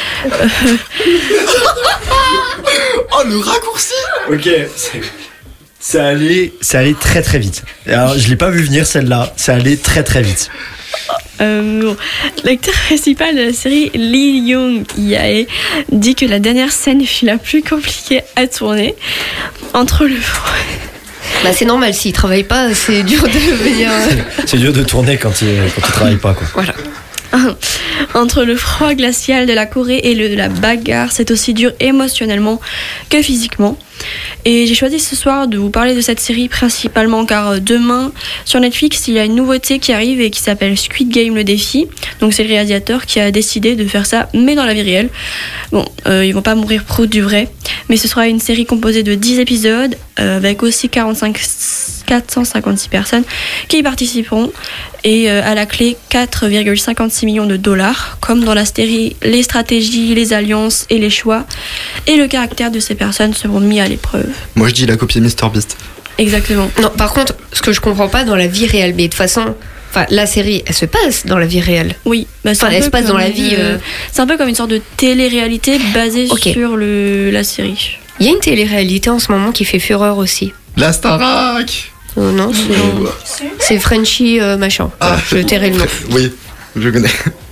Oh, le raccourci. Ok, c'est... Ça allait, ça allait très très vite. Alors, je l'ai pas vu venir celle-là, ça allait très très vite. Euh, bon. L'acteur principal de la série, Lee Young-jae, dit que la dernière scène fut la plus compliquée à tourner. Entre le... Bah c'est normal, s'il travaille pas, c'est dur de venir... C'est, c'est dur de tourner quand il, quand il travaille pas, quoi. Voilà. Entre le froid glacial de la Corée et le, la bagarre, c'est aussi dur émotionnellement que physiquement. Et j'ai choisi ce soir de vous parler de cette série principalement car demain sur Netflix il y a une nouveauté qui arrive et qui s'appelle Squid Game le défi. Donc c'est le réalisateur qui a décidé de faire ça mais dans la vie réelle. Bon, euh, ils vont pas mourir pro du vrai, mais ce sera une série composée de dix épisodes euh, avec aussi quarante-cinq, quatre cent cinquante-six personnes qui y participeront et euh, à la clé quatre virgule cinquante-six millions de dollars comme dans la série. Les stratégies, les alliances et les choix et le caractère de ces personnes seront mis à l'épreuve. Moi je dis la copie MrBeast. Exactement. Non, par contre, ce que je comprends pas dans la vie réelle, mais de toute façon, enfin, la série, elle se passe dans la vie réelle. Oui, bah, c'est enfin, un elle peu se passe dans la une, vie. Euh... C'est un peu comme une sorte de télé-réalité basée okay. sur le, la série. Il y a une télé-réalité en ce moment qui fait fureur aussi. La Starac. Oh non, c'est, euh, c'est Frenchy euh, machin. Ah, je tairai le nom. Oui, je connais.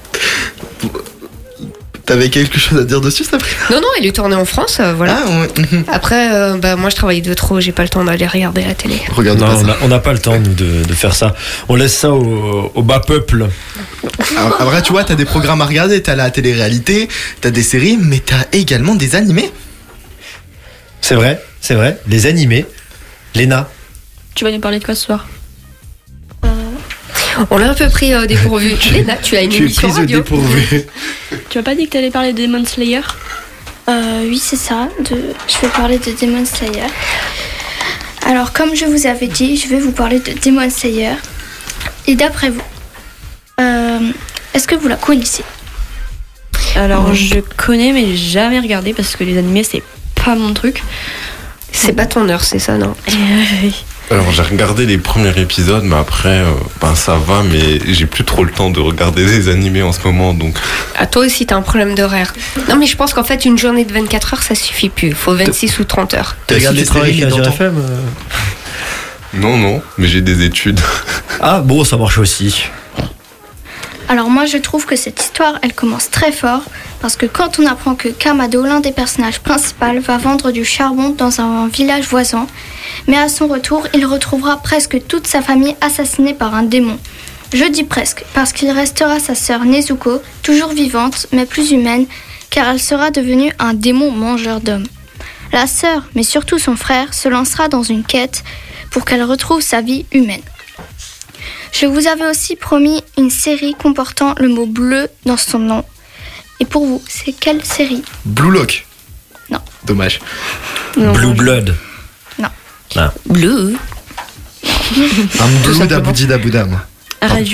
T'avais quelque chose à dire dessus, Sabrina ? Non, non, elle est tournée en France, euh, voilà. Ah, ouais. Après, euh, bah, moi je travaille de trop, j'ai pas le temps d'aller regarder la télé. Regarde non, on n'a pas le temps nous, de, de faire ça. On laisse ça au, au bas peuple. Après, tu vois, t'as des programmes à regarder, t'as la télé-réalité, t'as des séries, mais t'as également des animés. C'est vrai, c'est vrai. Les animés. Léna. Tu vas nous parler de quoi ce soir ? On l'a un peu pris au dépourvu. Léna, tu as une tu émission es prise radio. au dépourvu. Tu m'as pas dit que t'allais parler de Demon Slayer ? euh, Oui, c'est ça. De... Je vais parler de Demon Slayer. Alors, comme je vous avais dit, je vais vous parler de Demon Slayer. Et d'après vous, euh, est-ce que vous la connaissez ? Alors, mmh. je connais, mais j'ai jamais regardé parce que les animés, c'est pas mon truc. C'est pas ton heure, c'est ça, non ? Alors j'ai regardé les premiers épisodes, mais après, euh, ben ça va, mais j'ai plus trop le temps de regarder des animés en ce moment, donc... Ah, toi aussi t'as un problème d'horaire. Non mais je pense qu'en fait une journée de vingt-quatre heures ça suffit plus, il faut vingt-six ou trente heures. T'as regardé les séries sur Azure F M ? Non, non, mais j'ai des études. Ah bon, ça marche aussi. Alors moi je trouve que cette histoire elle commence très fort Parce que quand on apprend que Kamado, l'un des personnages principaux, va vendre du charbon dans un village voisin, mais à son retour, il retrouvera presque toute sa famille assassinée par un démon. Je dis presque, parce qu'il restera sa sœur Nezuko, toujours vivante, mais plus humaine, car elle sera devenue un démon mangeur d'hommes. La sœur, mais surtout son frère, se lancera dans une quête pour qu'elle retrouve sa vie humaine. Je vous avais aussi promis une série comportant le mot bleu dans son nom. Et pour vous, c'est quelle série ? Blue Lock. Non. Dommage. Non. Blue Blood. Non. Ah. Bleu. Un blue d'aboudi d'aboudam. Radio.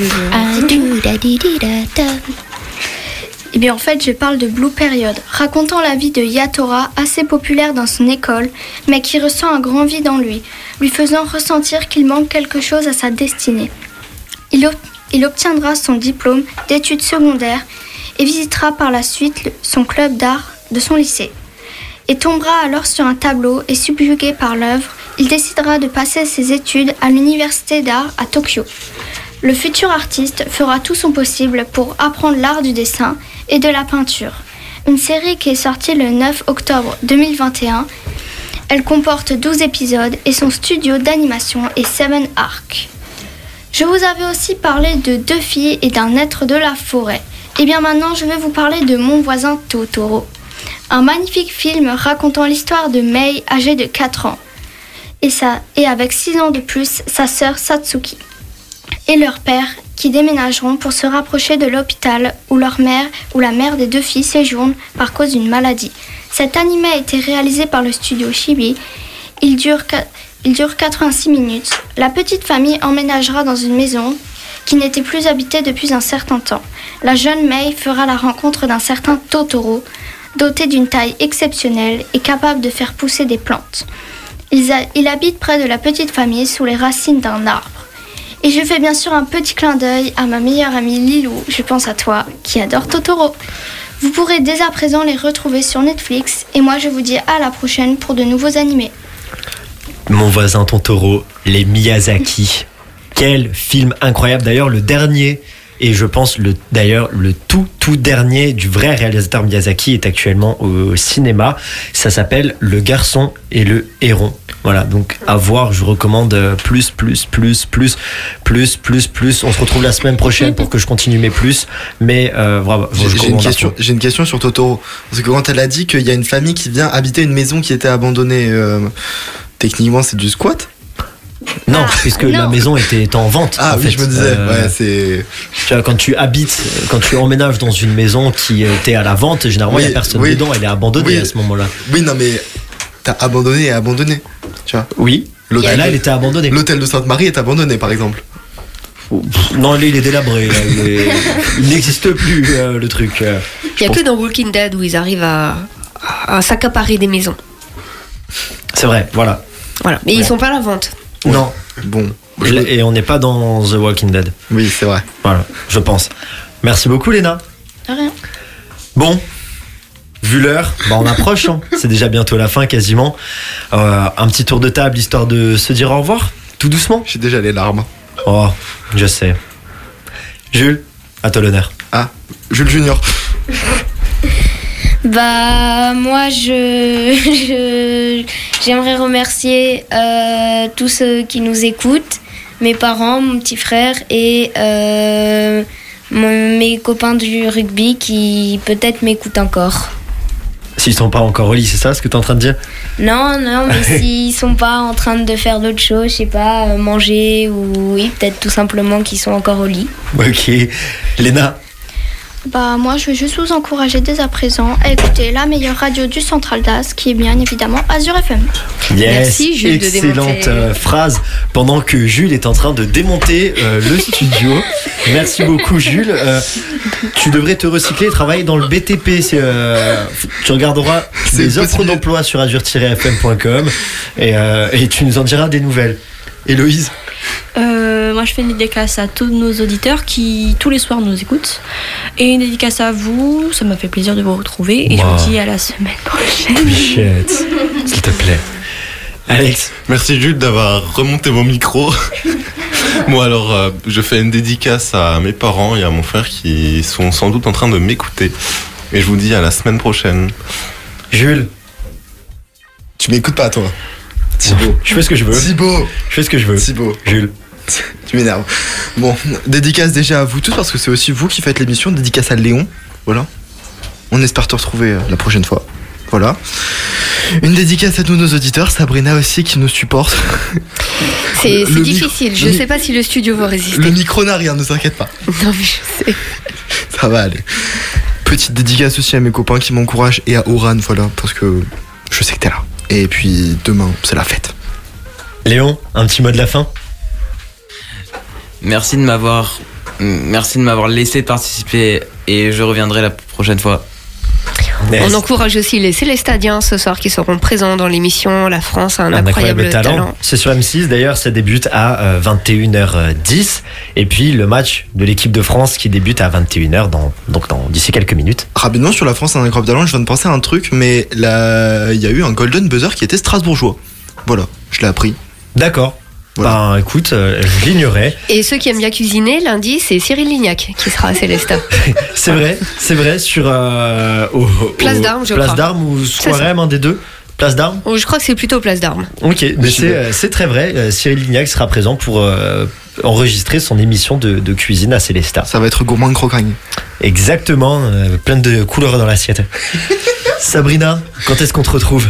Eh bien en fait je parle de Blue Period, racontant la vie de Yatora, assez populaire dans son école, mais qui ressent un grand vide en lui, lui faisant ressentir qu'il manque quelque chose à sa destinée. Il, ob- il obtiendra son diplôme d'études secondaires et visitera par la suite le- son club d'art de son lycée. Et tombera alors sur un tableau et subjugué par l'œuvre, il décidera de passer ses études à l'université d'art à Tokyo. Le futur artiste fera tout son possible pour apprendre l'art du dessin et de la peinture. Une série qui est sortie le neuf octobre deux mille vingt et un. Elle comporte douze épisodes et son studio d'animation est Seven Arc. Je vous avais aussi parlé de deux filles et d'un être de la forêt. Et bien maintenant, je vais vous parler de Mon voisin Totoro. Un magnifique film racontant l'histoire de Mei, âgée de quatre ans. Et, ça, et avec six ans de plus, sa sœur Satsuki. Et leur père, qui déménageront pour se rapprocher de l'hôpital où leur mère ou la mère des deux filles séjourne par cause d'une maladie. Cet animé a été réalisé par le studio Chibi. Il dure, il dure quatre-vingt-six minutes. La petite famille emménagera dans une maison qui n'était plus habitée depuis un certain temps. La jeune Mei fera la rencontre d'un certain Totoro, doté d'une taille exceptionnelle et capable de faire pousser des plantes. Il, a, il habite près de la petite famille sous les racines d'un arbre. Et je fais bien sûr un petit clin d'œil à ma meilleure amie Lilou, je pense à toi, qui adore Totoro. Vous pourrez dès à présent les retrouver sur Netflix et moi je vous dis à la prochaine pour de nouveaux animés. Mon voisin Totoro, les Miyazaki. Quel film incroyable. D'ailleurs, le dernier, et je pense le, d'ailleurs le tout tout dernier du vrai réalisateur Miyazaki est actuellement au cinéma. Ça s'appelle Le Garçon et le Héron. Voilà, donc à voir, je vous recommande plus, plus, plus, plus, plus, plus, plus. On se retrouve la semaine prochaine pour que je continue mes plus. Mais euh, voilà, j'ai, j'ai, une question, j'ai une question sur Totoro. Parce que quand elle a dit qu'il y a une famille qui vient habiter une maison qui était abandonnée, euh, techniquement c'est du squat ? Non, ah, puisque non. La maison était, était en vente. Ah en oui, fait. je me disais, euh, ouais, c'est. Tu vois, quand tu habites, quand tu emménages dans une maison qui était à la vente, généralement il oui, n'y a personne oui. dedans, elle est abandonnée oui. à ce moment-là. Oui, non, mais t'as abandonné et abandonné. Tu vois. Oui. L'hôtel, là, elle était abandonnée. L'hôtel de Sainte-Marie est abandonné, par exemple. Non, là, il est délabré. Là. Il, est... il n'existe plus, euh, le truc. Euh, il n'y a pense... que dans Walking Dead où ils arrivent à, à s'accaparer des maisons. C'est vrai, voilà. Voilà, mais ouais. Ils sont pas à la vente. Ouais. Non. Bon. Et, et on n'est pas dans The Walking Dead. Oui, c'est vrai. Voilà, je pense. Merci beaucoup, Léna. De rien. Bon. Vu l'heure, bah on approche, hein. C'est déjà bientôt la fin quasiment. Euh, un petit tour de table histoire de se dire au revoir, tout doucement. J'ai déjà les larmes. Oh, je sais. Jules, à toi l'honneur. Ah, Jules Junior. Bah moi je, je j'aimerais remercier euh, tous ceux qui nous écoutent, mes parents, mon petit frère et euh, mon, mes copains du rugby qui peut-être m'écoutent encore. S'ils sont pas encore au lit, c'est ça ce que tu es en train de dire ? Non, non, mais s'ils sont pas en train de faire d'autres choses, je sais pas, manger ou oui, peut-être tout simplement qu'ils sont encore au lit. Ok. Léna ? Bah moi je vais juste vous encourager dès à présent à écouter la meilleure radio du Central d'As qui est bien évidemment Azure F M. Yes, merci Jules de démonter. Excellente euh, phrase pendant que Jules est en train de démonter euh, le studio. Merci beaucoup Jules. Euh, tu devrais te recycler et travailler dans le B T P. C'est, euh, tu regarderas c'est les offres d'emploi sur azure tiret f m point com et, euh, et tu nous en diras des nouvelles. Héloïse ? Euh, moi je fais une dédicace à tous nos auditeurs qui tous les soirs nous écoutent et une dédicace à vous, ça m'a fait plaisir de vous retrouver et wow. Je vous dis à la semaine prochaine. Bichette, s'il te plaît. Alex. Merci Jules d'avoir remonté mon micro. Moi alors euh, je fais une dédicace à mes parents et à mon frère qui sont sans doute en train de m'écouter Et je vous dis à la semaine prochaine. Jules. Tu m'écoutes pas, toi. Thibaut. Je fais ce que je veux. Thibaut. Je fais ce que je veux. Thibaut. Jules. Tu m'énerves. Bon, dédicace déjà à vous tous parce que c'est aussi vous qui faites l'émission. Dédicace à Léon. Voilà. On espère te retrouver euh, la prochaine fois. Voilà. Une dédicace à tous nos auditeurs. Sabrina aussi qui nous supporte. C'est, Le- c'est le difficile. micro- Je le sais mi- pas si le studio va résister. Le micro n'a rien, ne t'inquiète pas. Non, mais je sais. Ça va aller. Petite dédicace aussi à mes copains qui m'encouragent et à Oran, voilà, parce que je sais que t'es là. Et puis demain, c'est la fête. Léon, un petit mot de la fin. Merci de m'avoir, merci de m'avoir laissé participer et je reviendrai la prochaine fois. On encourage aussi les Célestadiens ce soir qui seront présents dans l'émission. La France a un, Un incroyable, incroyable talent. talent. C'est sur M six d'ailleurs, ça débute à euh, vingt et une heures dix. Et puis le match de l'équipe de France qui débute à vingt et une heures, dans, donc dans, d'ici quelques minutes. Rapidement sur la France, un incroyable talent, je viens de penser à un truc, mais là, il y a eu un Golden Buzzer qui était strasbourgeois. Voilà, je l'ai appris. D'accord. Voilà. Ben écoute, euh, je l'ignorais. Et ceux qui aiment bien cuisiner, lundi, c'est Cyril Lignac qui sera à Célesta. C'est vrai, c'est vrai, sur euh, au, Place au- d'Armes, je Place crois. d'Armes ou C'est Soirem, un des deux. Place d'Armes. Oh, je crois que c'est plutôt Place d'Armes. Ok, mais c'est, euh, c'est très vrai. Euh, Cyril Lignac sera présent pour euh, enregistrer son émission de, de cuisine à Célesta. Ça va être gourmand crocagne. Exactement, euh, plein de couleurs dans l'assiette. Sabrina, quand est-ce qu'on te retrouve?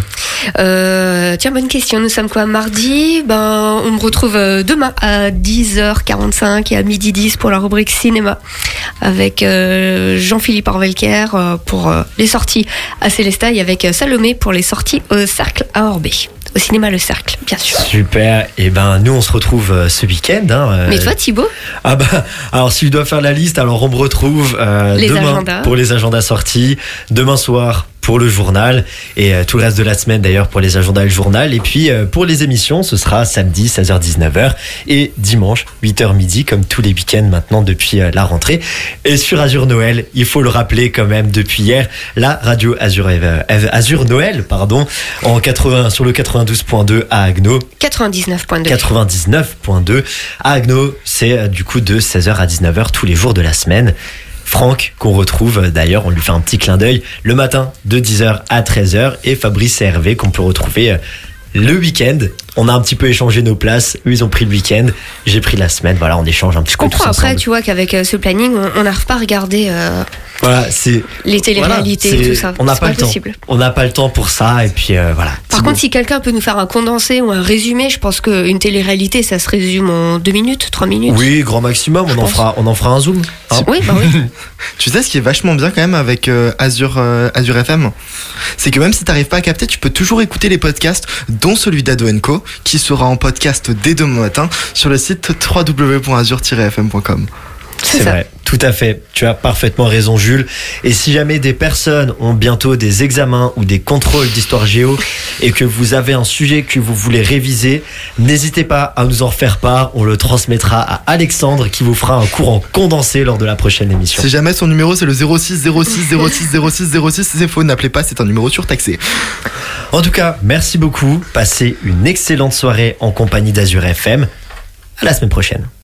Euh, tiens, bonne question. Nous sommes quoi, mardi? Ben, on me retrouve euh, demain à dix heures quarante-cinq et à midi dix pour la rubrique cinéma avec euh, Jean-Philippe Orvelker euh, pour euh, les sorties à Célesta et avec euh, Salomé pour les sorties au Cercle à Orbé. Au cinéma Le Cercle, bien sûr. Super, et ben nous on se retrouve euh, ce week-end. Hein, euh, Mais toi, Thibaut? Ah bah, alors si je dois faire la liste, alors on me retrouve euh, Les demain agendas. pour les agendas sortis, demain soir pour le journal et euh, tout le reste de la semaine d'ailleurs pour les agendas et le journal. Et puis euh, pour les émissions, ce sera samedi seize heures dix-neuf heures et dimanche huit heures midi comme tous les week-ends maintenant depuis euh, la rentrée. Et sur Azur Noël, il faut le rappeler quand même depuis hier, la radio Azur, euh, Azur Noël pardon, en quatre-vingts sur le quatre-vingt-douze point deux à Agno. quatre-vingt-dix-neuf point deux. quatre-vingt-dix-neuf point deux à Agno, c'est euh, du coup de seize heures à dix-neuf heures tous les jours de la semaine. Franck, qu'on retrouve euh, d'ailleurs, on lui fait un petit clin d'œil le matin de dix heures à treize heures, et Fabrice et Hervé qu'on peut retrouver euh, le week-end. On a un petit peu échangé nos places, eux ils ont pris le week-end, j'ai pris la semaine, voilà, on échange un petit Je peu tous comprends après, ensemble. tu vois qu'avec euh, ce planning, on on n'arrive pas à regarder euh, Voilà, c'est les téléréalités voilà, et c'est- tout ça. On n'a C'est pas, le temps. possible. On n'a pas le temps pour ça, et puis euh, voilà. Par contre, si quelqu'un peut nous faire un condensé ou un résumé, je pense qu'une télé-réalité, ça se résume en deux minutes, trois minutes. Oui, grand maximum, on en pense. fera, on en fera un zoom. hein. Oui, bah oui. Tu sais ce qui est vachement bien quand même avec euh, Azure, euh, Azure F M, c'est que même si t'arrives pas à capter, tu peux toujours écouter les podcasts, dont celui d'Ado and Co, qui sera en podcast dès demain matin sur le site w w w point azure tiret f m point com. C'est vrai, tout à fait. Tu as parfaitement raison, Jules. Et si jamais des personnes ont bientôt des examens ou des contrôles d'histoire géo et que vous avez un sujet que vous voulez réviser, n'hésitez pas à nous en faire part. On le transmettra à Alexandre qui vous fera un cours en condensé lors de la prochaine émission. Si jamais son numéro c'est le zéro six zéro six zéro six zéro six zéro six, c'est faux, n'appelez pas, c'est un numéro surtaxé. En tout cas, merci beaucoup. Passez une excellente soirée en compagnie d'Azur F M. À la semaine prochaine.